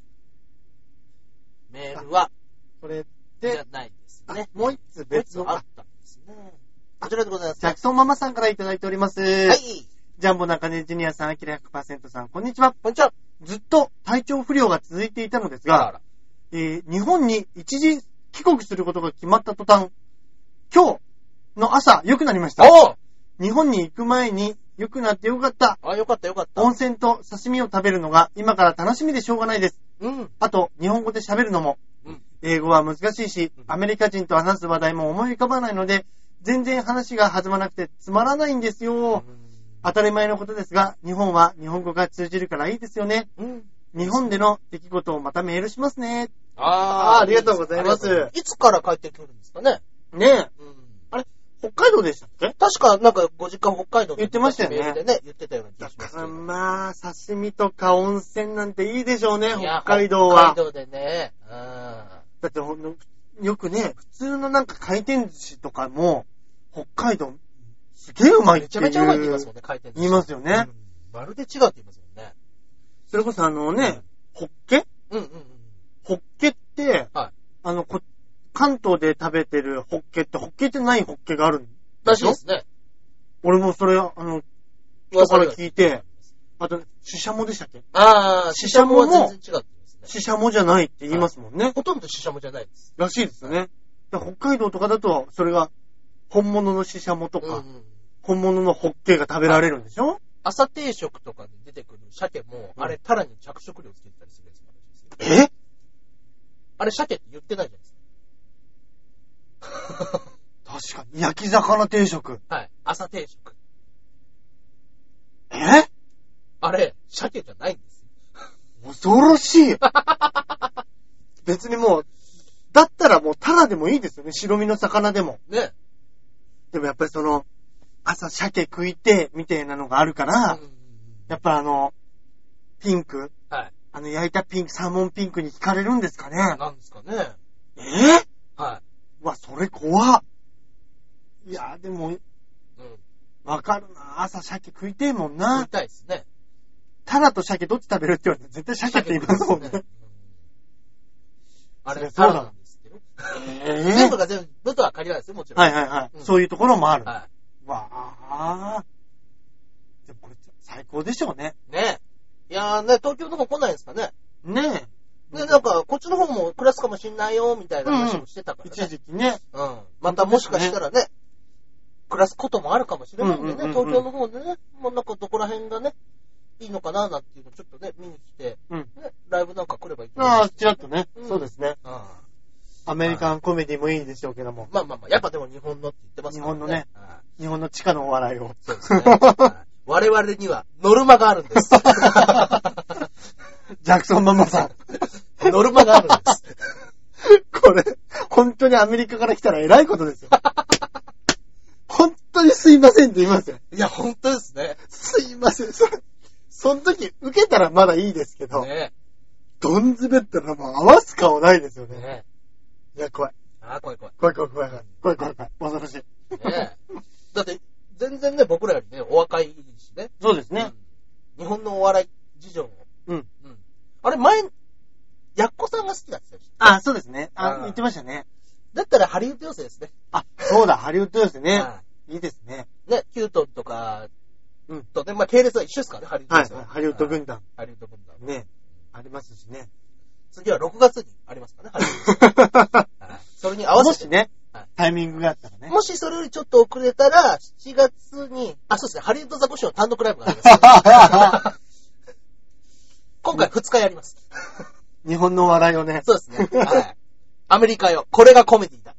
メールは、 これで、 じゃないですね。 もう一つ別のあったんですね。こちらでございます、ね。 ジャクソンママさんからいただいております。 はい。 ジャンボ中根ジュニアさん、アキラ ひゃくパーセント さん、こんにちは。 こんにちは。 ずっと体調不良が続いていたのですが、あらえー、日本に一時帰国することが決まった途端、今日の朝良くなりました。 お日本に行く前に良くなってよかった。 あ、よかったよかった。 温泉と刺身を食べるのが今から楽しみでしょうがないです。 うん。 あと、日本語で喋るのも、うん、英語は難しいし、アメリカ人と話す話題も思い浮かばないので、全然話が弾まなくてつまらないんですよ。うん、当たり前のことですが、日本は日本語が通じるからいいですよね。うん、日本での出来事をまたメールしますね。 あー、 ありがとうございます。 いつから帰ってくるんですかね。 ねえ。うん、あれ北海道でしたっけ？ 確か、なんか、ご実家北海道言ってましたよね。 メールでね、言ってたような気がしますけど。 まあ、刺身とか温泉なんていいでしょうね、北海道は。 北海道でね。うん。 だってほんの、よくね、普通のなんか回転寿司とかも、北海道、すげえうまいっていう。 めちゃめちゃうまいって言いますもんね、回転寿司。 言いますよね。 うん、まるで違うって言いますもんね。 それこそあのね、ホッケ？ うんうんうん。 ホッケって、はい、あの、こ、関東で食べてるホッケって、ホッケってないホッケがあるんらしいですね。 俺もそれ、あの、人から聞いて、あと、シシャモでしたっけ？ ああ、シシャモは全然違うって言いますね。 シシャモじゃないって言いますもんね。 ほとんどシシャモじゃないです。 らしいですよね。北海道とかだと、それが、本物のシシャモとか、うんうん、本物のホッケが食べられるんでしょ？ 朝定食とかに出てくる鮭も、うん、あれ、タラに着色料つけてたりするやつもあるんですよ。 え？ あれ、鮭って言ってないじゃないですか。 確かに。焼き魚定食。 はい。朝定食。 え？ あれ、鮭じゃないんですよ。恐ろしい。別にもう、だったらもうタラでもいいですよね。白身の魚でも。 ね。 でもやっぱりその、朝鮭食いて、みたいなのがあるから、うん、やっぱあの、ピンク。 はい。 あの焼いたピンク、サーモンピンクに惹かれるんですかね。 なんですかね。 えー、はい。 うわ、それ怖っ。いや、でも、うん。わかるな。朝鮭食いてえもんな。 食いたいですね。 タラと鮭どっち食べるって言われて絶対鮭って言いますもんね。ね、うん、 あれ、そうなんですけど。えー、全部が全部とは限らないですよ、もちろん。 はいはいはい。うん、そういうところもある。 はい。 わあ。でもこれ最高でしょうね。 ねえ。いやーね、東京の方来ないんですかね。 ねえ。で、なんか、こっちの方も暮らすかもしんないよ、みたいな話もしてたからね。 うん、一時期ね。 うん。またもしかしたらね、暮らすこともあるかもしれないんでね、うんうんうんうん、東京の方でね、もうなんかどこら辺がね、いいのかななんていうのをちょっとね、見に来て、うん、ね、ライブなんか来ればいい、ね。 ああ、ちらっとね、うん。そうですね。 あアメリカンコメディもいいでしょうけども。 まあまあまあ、やっぱでも日本のって言ってますからね。 日本のね、日本の地下のお笑いを。 そうですね。我々にはノルマがあるんです。 ジャクソンママさん。ノルマがあるんです。 これ、本当にアメリカから来たら偉いことですよ。本当にすいませんって言いますよ。 いや、本当ですね。 すいません。それ、その時受けたらまだいいですけど、 ね、 どんずべったらもう合わす顔ないですよね。 ねいや、怖い。 ああ、怖い怖い。 怖い怖い怖い怖い。怖い怖い怖い。恐ろしい。 ねだって、全然ね、僕らよりね、お若いしね。 そうですね。 うん、日本のお笑い事情を。 うん。うん。 あれ、前、やっこさんが好きだって言ってたよ。あ、そうですね。あ、言ってましたね。 だったらハリウッド寄せですね。 あ、そうだ、ハリウッド寄せね。いいですね。 ね、キュートンとか、うん。とね、まあ、系列は一緒ですからね、ハリウッド寄せ。 はい、ハリウッド軍団。 ハリウッド軍団。 ね。ありますしね。 次はろくがつにありますかね、ハリウッド寄せ。 それに合わせて。 もしね、はい、タイミングがあったらね。 もしそれよりちょっと遅れたら、しちがつに、あ、そうですね、ハリウッドザコシの単独ライブがあります。今回ふつかやります。 日本の笑いをね。 そうですね。はい。アメリカよ。これがコメディだ。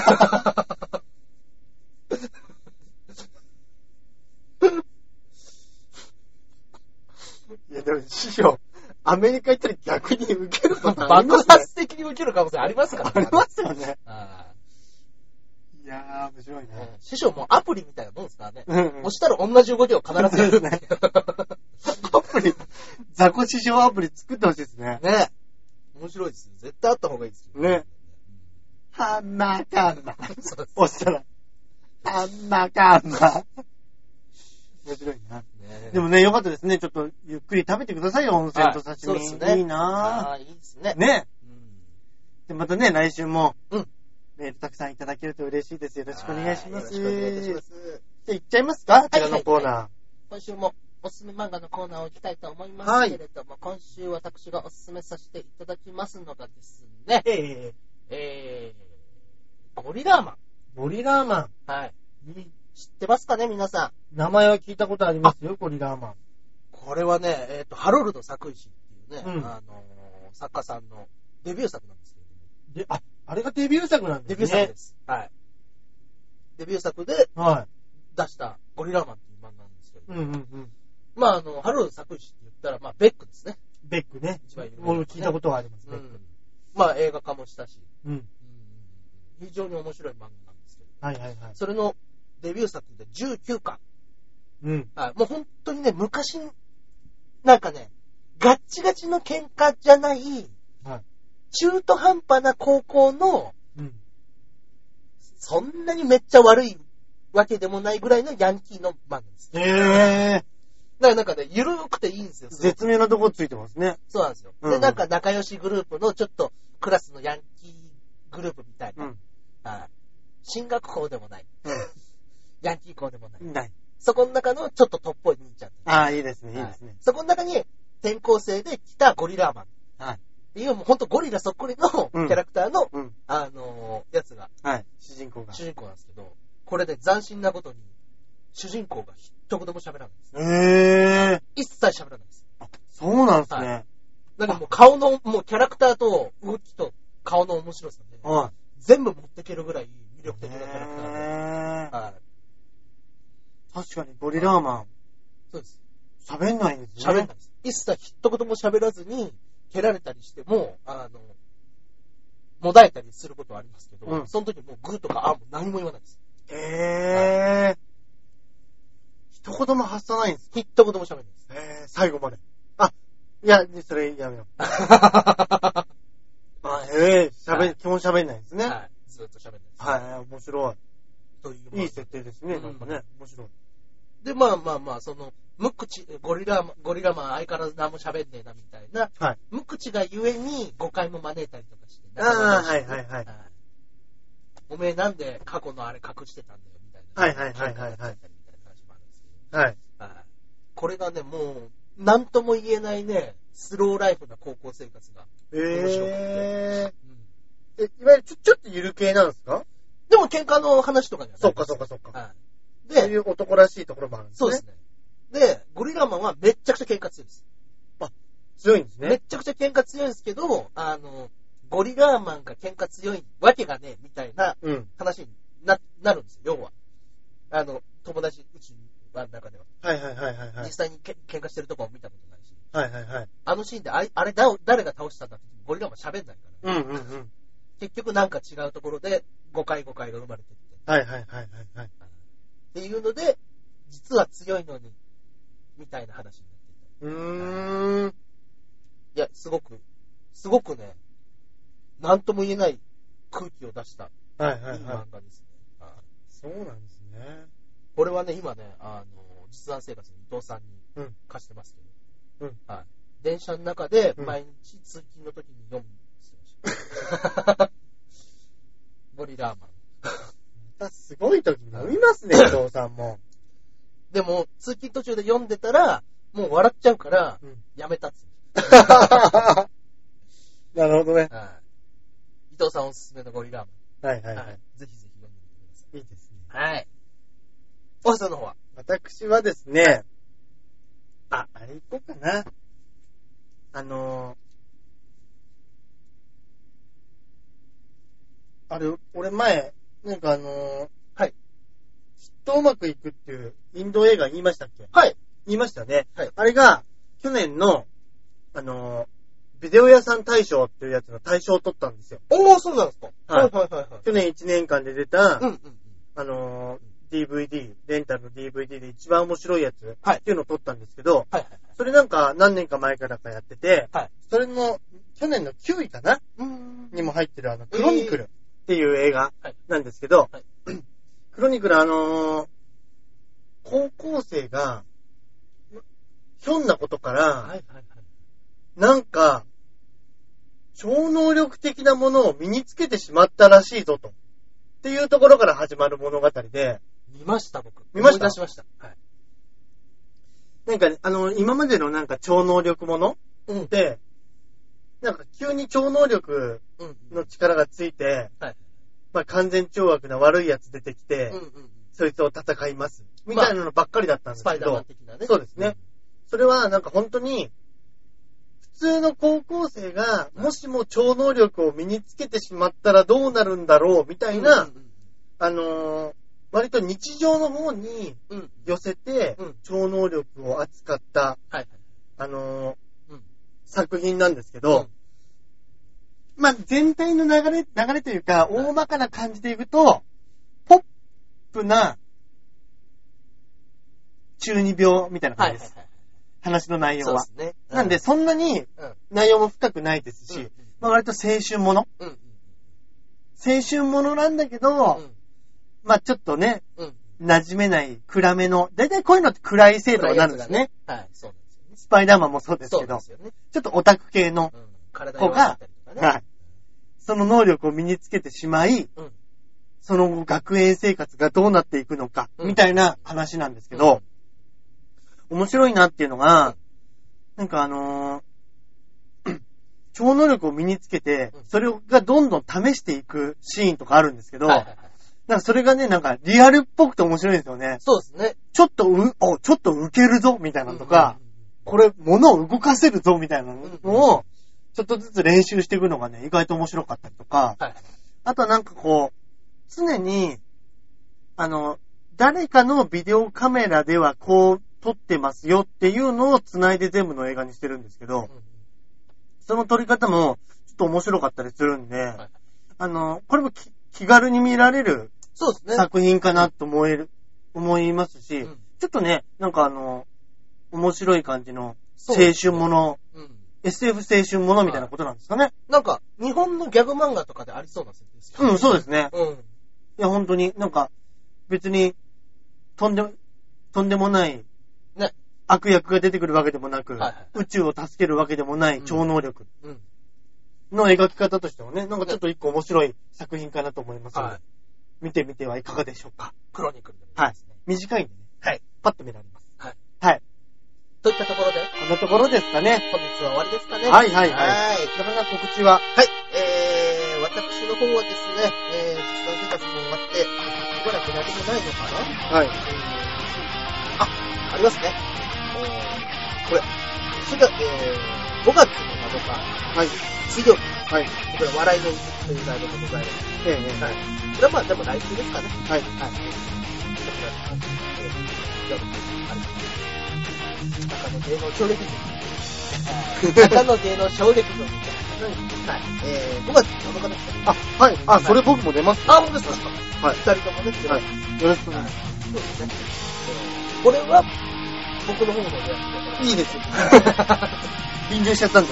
いや、でも師匠、アメリカ行ったら逆に受けるパターンありますね。 爆発的に受ける可能性ありますからね。ありますよね。 あいやー、面白いね。 うん、師匠もアプリみたいなもんですからね。 うんうん、 押したら同じ動きを必ずやるね。 アプリ、ザコ師匠アプリ作ってほしいですね。 ね。面白いですよ。絶対あった方がいいですよ。 ね。ハンマーカンマ。押したら、ハンマーカンマ。面白いな。ね、でもね、よかったですね。ちょっとゆっくり食べてくださいよ、温泉と刺身。はい、そうですね。いいなぁ。 ああ、いいですね。 ね。うん、で、またね、来週も、 うん。 メールたくさんいただけると嬉しいです。よろしくお願いします。 よろしくお願いします。じゃあ、行っちゃいますか、こちらのコーナー、はいはいはい。 今週もおすすめ漫画のコーナーを行きたいと思いますけれども、はい、今週私がおすすめさせていただきますのがですね、えー、えー、ゴリラーマン。 ゴリラーマン。 はい。知ってますかね、皆さん。名前は聞いたことありますよ、ゴリラーマン。 これはね、えっと、ハロルド作石っていうね、うん、あのー、作家さんのデビュー作なんですけれども。 で、あ、あれがデビュー作なんですね。 デビュー作です。はい。デビュー作で出したゴリラーマンっていう漫画なんですけど、 うんうんうん、 まあ、あの、ハロルド作石って言ったら、まあ、ベックですね。 ベックね。 一番有名、ね。 俺聞いたことはあります、 ベック。うん、まあ、映画化もしたし、 うんうん、 非常に面白い漫画なんですけど、 はいはいはい。 それのデビュー作でじゅうきゅうかん。 うん。 はい。もう本当にね、昔、なんかね、ガッチガチの喧嘩じゃない、 はい、 中途半端な高校の、 うん、 そんなにめっちゃ悪いわけでもないぐらいのヤンキーの漫画です。 へぇー。 だからなんかね、ゆるくていいんですよ。 絶妙なとこついてますね。 そうなんですよ。 うんうん、 で、なんか仲良しグループのちょっとクラスのヤンキーグループみたいな。 うん、 はい。進学校でもない。 うん、 ヤンキー校でもない。 ない。 そこの中のちょっとトップっぽい兄ちゃん。 ああ、いいですね、いいですね。 はい、そこの中に転校生で来たゴリラーマン。 はい。 っていう、もうほんとゴリラそっくりのキャラクターの、 うん、 あのー、やつが。 はい。主人公が。 主人公なんですけど、これで斬新なことに、主人公が一言も喋らないんです。 へぇー。 一切喋らないです。 あ、そうなんですね。はい、 だからもう顔の、もうキャラクターと動きと顔の面白さで、 はい、 全部持ってけるぐらい魅力的なキャラクターで。はい。 確かにゴリラーマン。 そうです。 喋んないんですね。 喋んないです。一切一言も喋らずに、蹴られたりしても、あの、もだえたりすることはありますけど、うん、その時もうグーとかあも何も言わないです。 へぇー。一言も発さないんですか？ 一言も喋んないです。 へー、最後まで。あ、いや、それやめよう。あ、へぇー、喋、はい、基本喋んないですね。 はい。ずっと喋んないです。 はい、面白い。 という。 いい設定ですね、なんかね。面白い。 で、まあまあまあ、その、無口、ゴリラ、ゴリラマン相変わらず何も喋んねえなみたいな、 はい、 無口がゆえに誤解も招いたりとかして。 ああ、はいはいはい。 おめえなんで過去のあれ隠してたんだよみたいな。 はいはいはいはい。はい。はい。 これがね、もう、なんとも言えないね、スローライフな高校生活が。 へえー。うん、え、いわゆるちょ、ちょっとゆる系なんですか？ でも喧嘩の話とかにはない。 そうかそうかそうか。 はい。 で、そういう男らしいところもあるんですね。 そうですね。で、ゴリラマンはめっちゃくちゃ喧嘩強いです。 あ、強いんですね。 めっちゃくちゃ喧嘩強いんですけど、あの、ゴリラーマンが喧嘩強いわけがねえ、みたいな話に な,、うん、なるんですよ、要は。あの、友達、うちの中では。 はいはいはいはい、はい。 実際にけ喧嘩してるとこも見たことないし。 はいはいはい。 あのシーンで、あれ、あれ誰が倒したんだってゴリラーマン喋んないから。 うんうんうん。 結局なんか違うところで誤解誤解が生まれてきて。 はいはいはいはいはい。 っていうので、実は強いのに、みたいな話になっていた。 うーん。いや、すごく、すごくね、なんとも言えない空気を出した、 はいはいはい。 いい漫画ですね。 あ、そうなんですね。 これはね、今ね、あの、実弾生活の伊藤さんに貸してますけど、 うん。 はい。電車の中で毎日通勤の時に読むんですよ。ゴリラーマン。 またすごい時に読みますね、伊藤さんも。 でも、通勤途中で読んでたら、もう笑っちゃうから、やめたっつ。 なるほどね。 はい。 伊藤さんおすすめのゴリラーマン。 はいはいはい。はい、 ぜひぜひ読んでみてください。 いいですね。 はい。大橋さんの方は？ 私はですね、あ、あれ行こうかな。あのー、あれ、俺前、なんかあのー、 はい。 きっとうまくいくっていうインド映画言いましたっけ？ はい。 言いましたね。 はい。 あれが、去年の、あのー、ビデオ屋さん大賞っていうやつの大賞を取ったんですよ。 おー、そうなんですか。 はい。 はいはいはい、はい。 去年いちねんかんで出た、 うんうん、 あのー、ディーブイディー、レンタルの ディーブイディー で一番面白いやつ、 はい、 っていうのを撮ったんですけど、 はい、 それなんか何年か前からかやってて、 はい、 それの去年のきゅういかな、 うん、 にも入ってるあの、クロニクルっていう映画なんですけど、 はい、 クロニクルあのー、高校生が、ひょんなことから、はいはいはい、なんか、超能力的なものを身につけてしまったらしいぞと。っていうところから始まる物語で。 見ました、僕。 見ました？ 思い出しました。はい。 なんか、あの、今までのなんか超能力ものって、うん、なんか急に超能力の力がついて、うん、はい、まあ完全懲悪な悪いやつ出てきて、うんうん、そいつを戦います。みたいなのばっかりだったんですけど、まあ、スパイダーマン的なね。そうですね。うん、それはなんか本当に、普通の高校生が、もしも超能力を身につけてしまったらどうなるんだろう、みたいな、うんうんうん、あのー、割と日常の方に寄せて、うん、超能力を扱った、はい、あのーうん、作品なんですけど、うん、まあ、全体の流れ、流れというか、大まかな感じでいくと、ポップな、中二病みたいな感じです。はいはいはい、話の内容は。そうですね。うん、なんで、そんなに内容も深くないですし、うん、まあ、割と青春もの、うん、青春ものなんだけど、うん、まあちょっとね、うん、馴染めない暗めの、だいたいこういうのって暗い制度になるんですね。はい、そうですよね。スパイダーマンもそうですけど、ですよね、ちょっとオタク系の子が、うんね、はい、その能力を身につけてしまい、うん、その後学園生活がどうなっていくのか、みたいな話なんですけど、うん、面白いなっていうのが、うん、なんかあのー、超能力を身につけて、それがどんどん試していくシーンとかあるんですけど、はいはいはい、なんかそれがね、なんかリアルっぽくて面白いんですよね。そうですね。ちょっとう、お、ちょっとウケるぞ、みたいなのとか、うんうんうん、これ、物を動かせるぞ、みたいなのを、ちょっとずつ練習していくのがね、意外と面白かったりとか、はい、あとはなんかこう、常に、あの、誰かのビデオカメラではこう撮ってますよっていうのを繋いで全部の映画にしてるんですけど、うんうん、その撮り方もちょっと面白かったりするんで、はい、あの、これもき気軽に見られる作品かなと思える、思いますし、うん、ちょっとね、なんかあの、面白い感じの青春もの、うん、エスエフ 青春ものみたいなことなんですかね。 なんか、日本のギャグ漫画とかでありそうな設定ですよね。うん、そうですね。うん。いや、本当になんか、別に、とんでも、とんでもない、ね、悪役が出てくるわけでもなく、はいはいはい、宇宙を助けるわけでもない超能力の描き方としてはね、なんかちょっと一個面白い作品かなと思いますので、はい、見てみてはいかがでしょうか。 クロニクルで、ね。 はい。短いんでね。はい。パッと見られます。 はい。 はい。 といったところで、 こんなところですかね。 本日は終わりですかね。 はいはいはい。はい。それが告知は。 はい。えー、私の方はですね、えー、実際生活も終わって、しばらく何もないのかな。はい。えー、あ、ありますね。えー、これ、しが、えー、ごがつのなのか。はい。水曜日。はい。これ、笑いのというライブでございます。ええー、はい。これはまあ、でも来週ですかね。はい。はい。えー、じゃあ、あれ。中野芸能小劇場。中野芸能小劇場みたいな。はい。えー、ごがつなのかです。 あ、はい。あ、それ僕も出ます。 あ、本当ですか。はい。二人ともね。 はい。よろしくお願いします。 そうですね。これは、僕の方のやつで。 いいですよ。便乗しちゃったんで。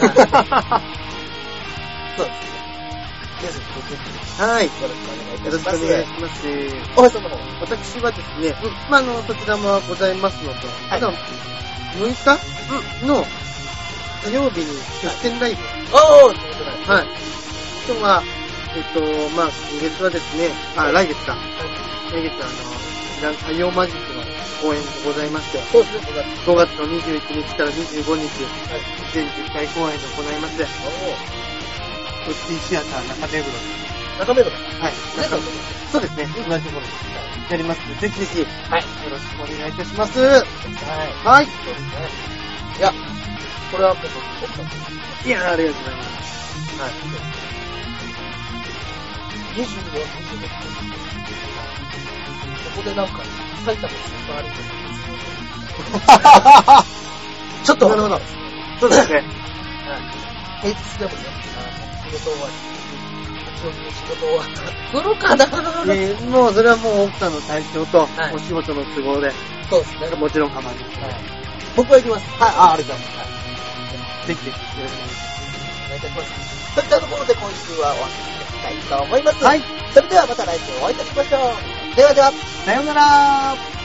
そうですね。皆さん、ご準備はい。 よろしくお願いいたします。 よろしくお願いします。 おはさんの方。 私はですね、うん、まあ、あの、そちらもございますので、はい、むいか、うん、の火曜日に決戦ライブ。 おー、ということで。 はい。今日は、えっと、まあ、今月はですね、あ、来月か。はい、来月あの、火曜マジックの公演でございまして、 そうですね、 ごがつのにじゅういちにちからにじゅうごにち、はい、全じゅっかい公演で行います。 プティシアター中目黒。 中目黒。 はい。そうですね。同じところでやりますので、ぜひぜひ、 はい。 よろしくお願いいたします。 はい。 はい。 そうですね。いや、これはもう、僕たち。 いや、ありがとうございます。はい。 にじゅうよん、にじゅうろく。ここでなんか、埼玉にいっぱいあるとちょっと、 なるほど。そうですね。はい。 平日でもね、あの、仕事終わり。八王子の仕事終わったら、来るかなえー、もうそれはもう奥さんの体調と、 はい、 お仕事の都合で、 そうですね。 もちろん構わないです。 はい。僕は行きます。はい、あ、ありがとうございます。 はい。ぜひぜひ、よろしくお願いします。 お願いいたします。といったところで今週は終わっていきたいと思います。 はい。 それではまた来週お会いいたしましょう。ではでは。 さようなら。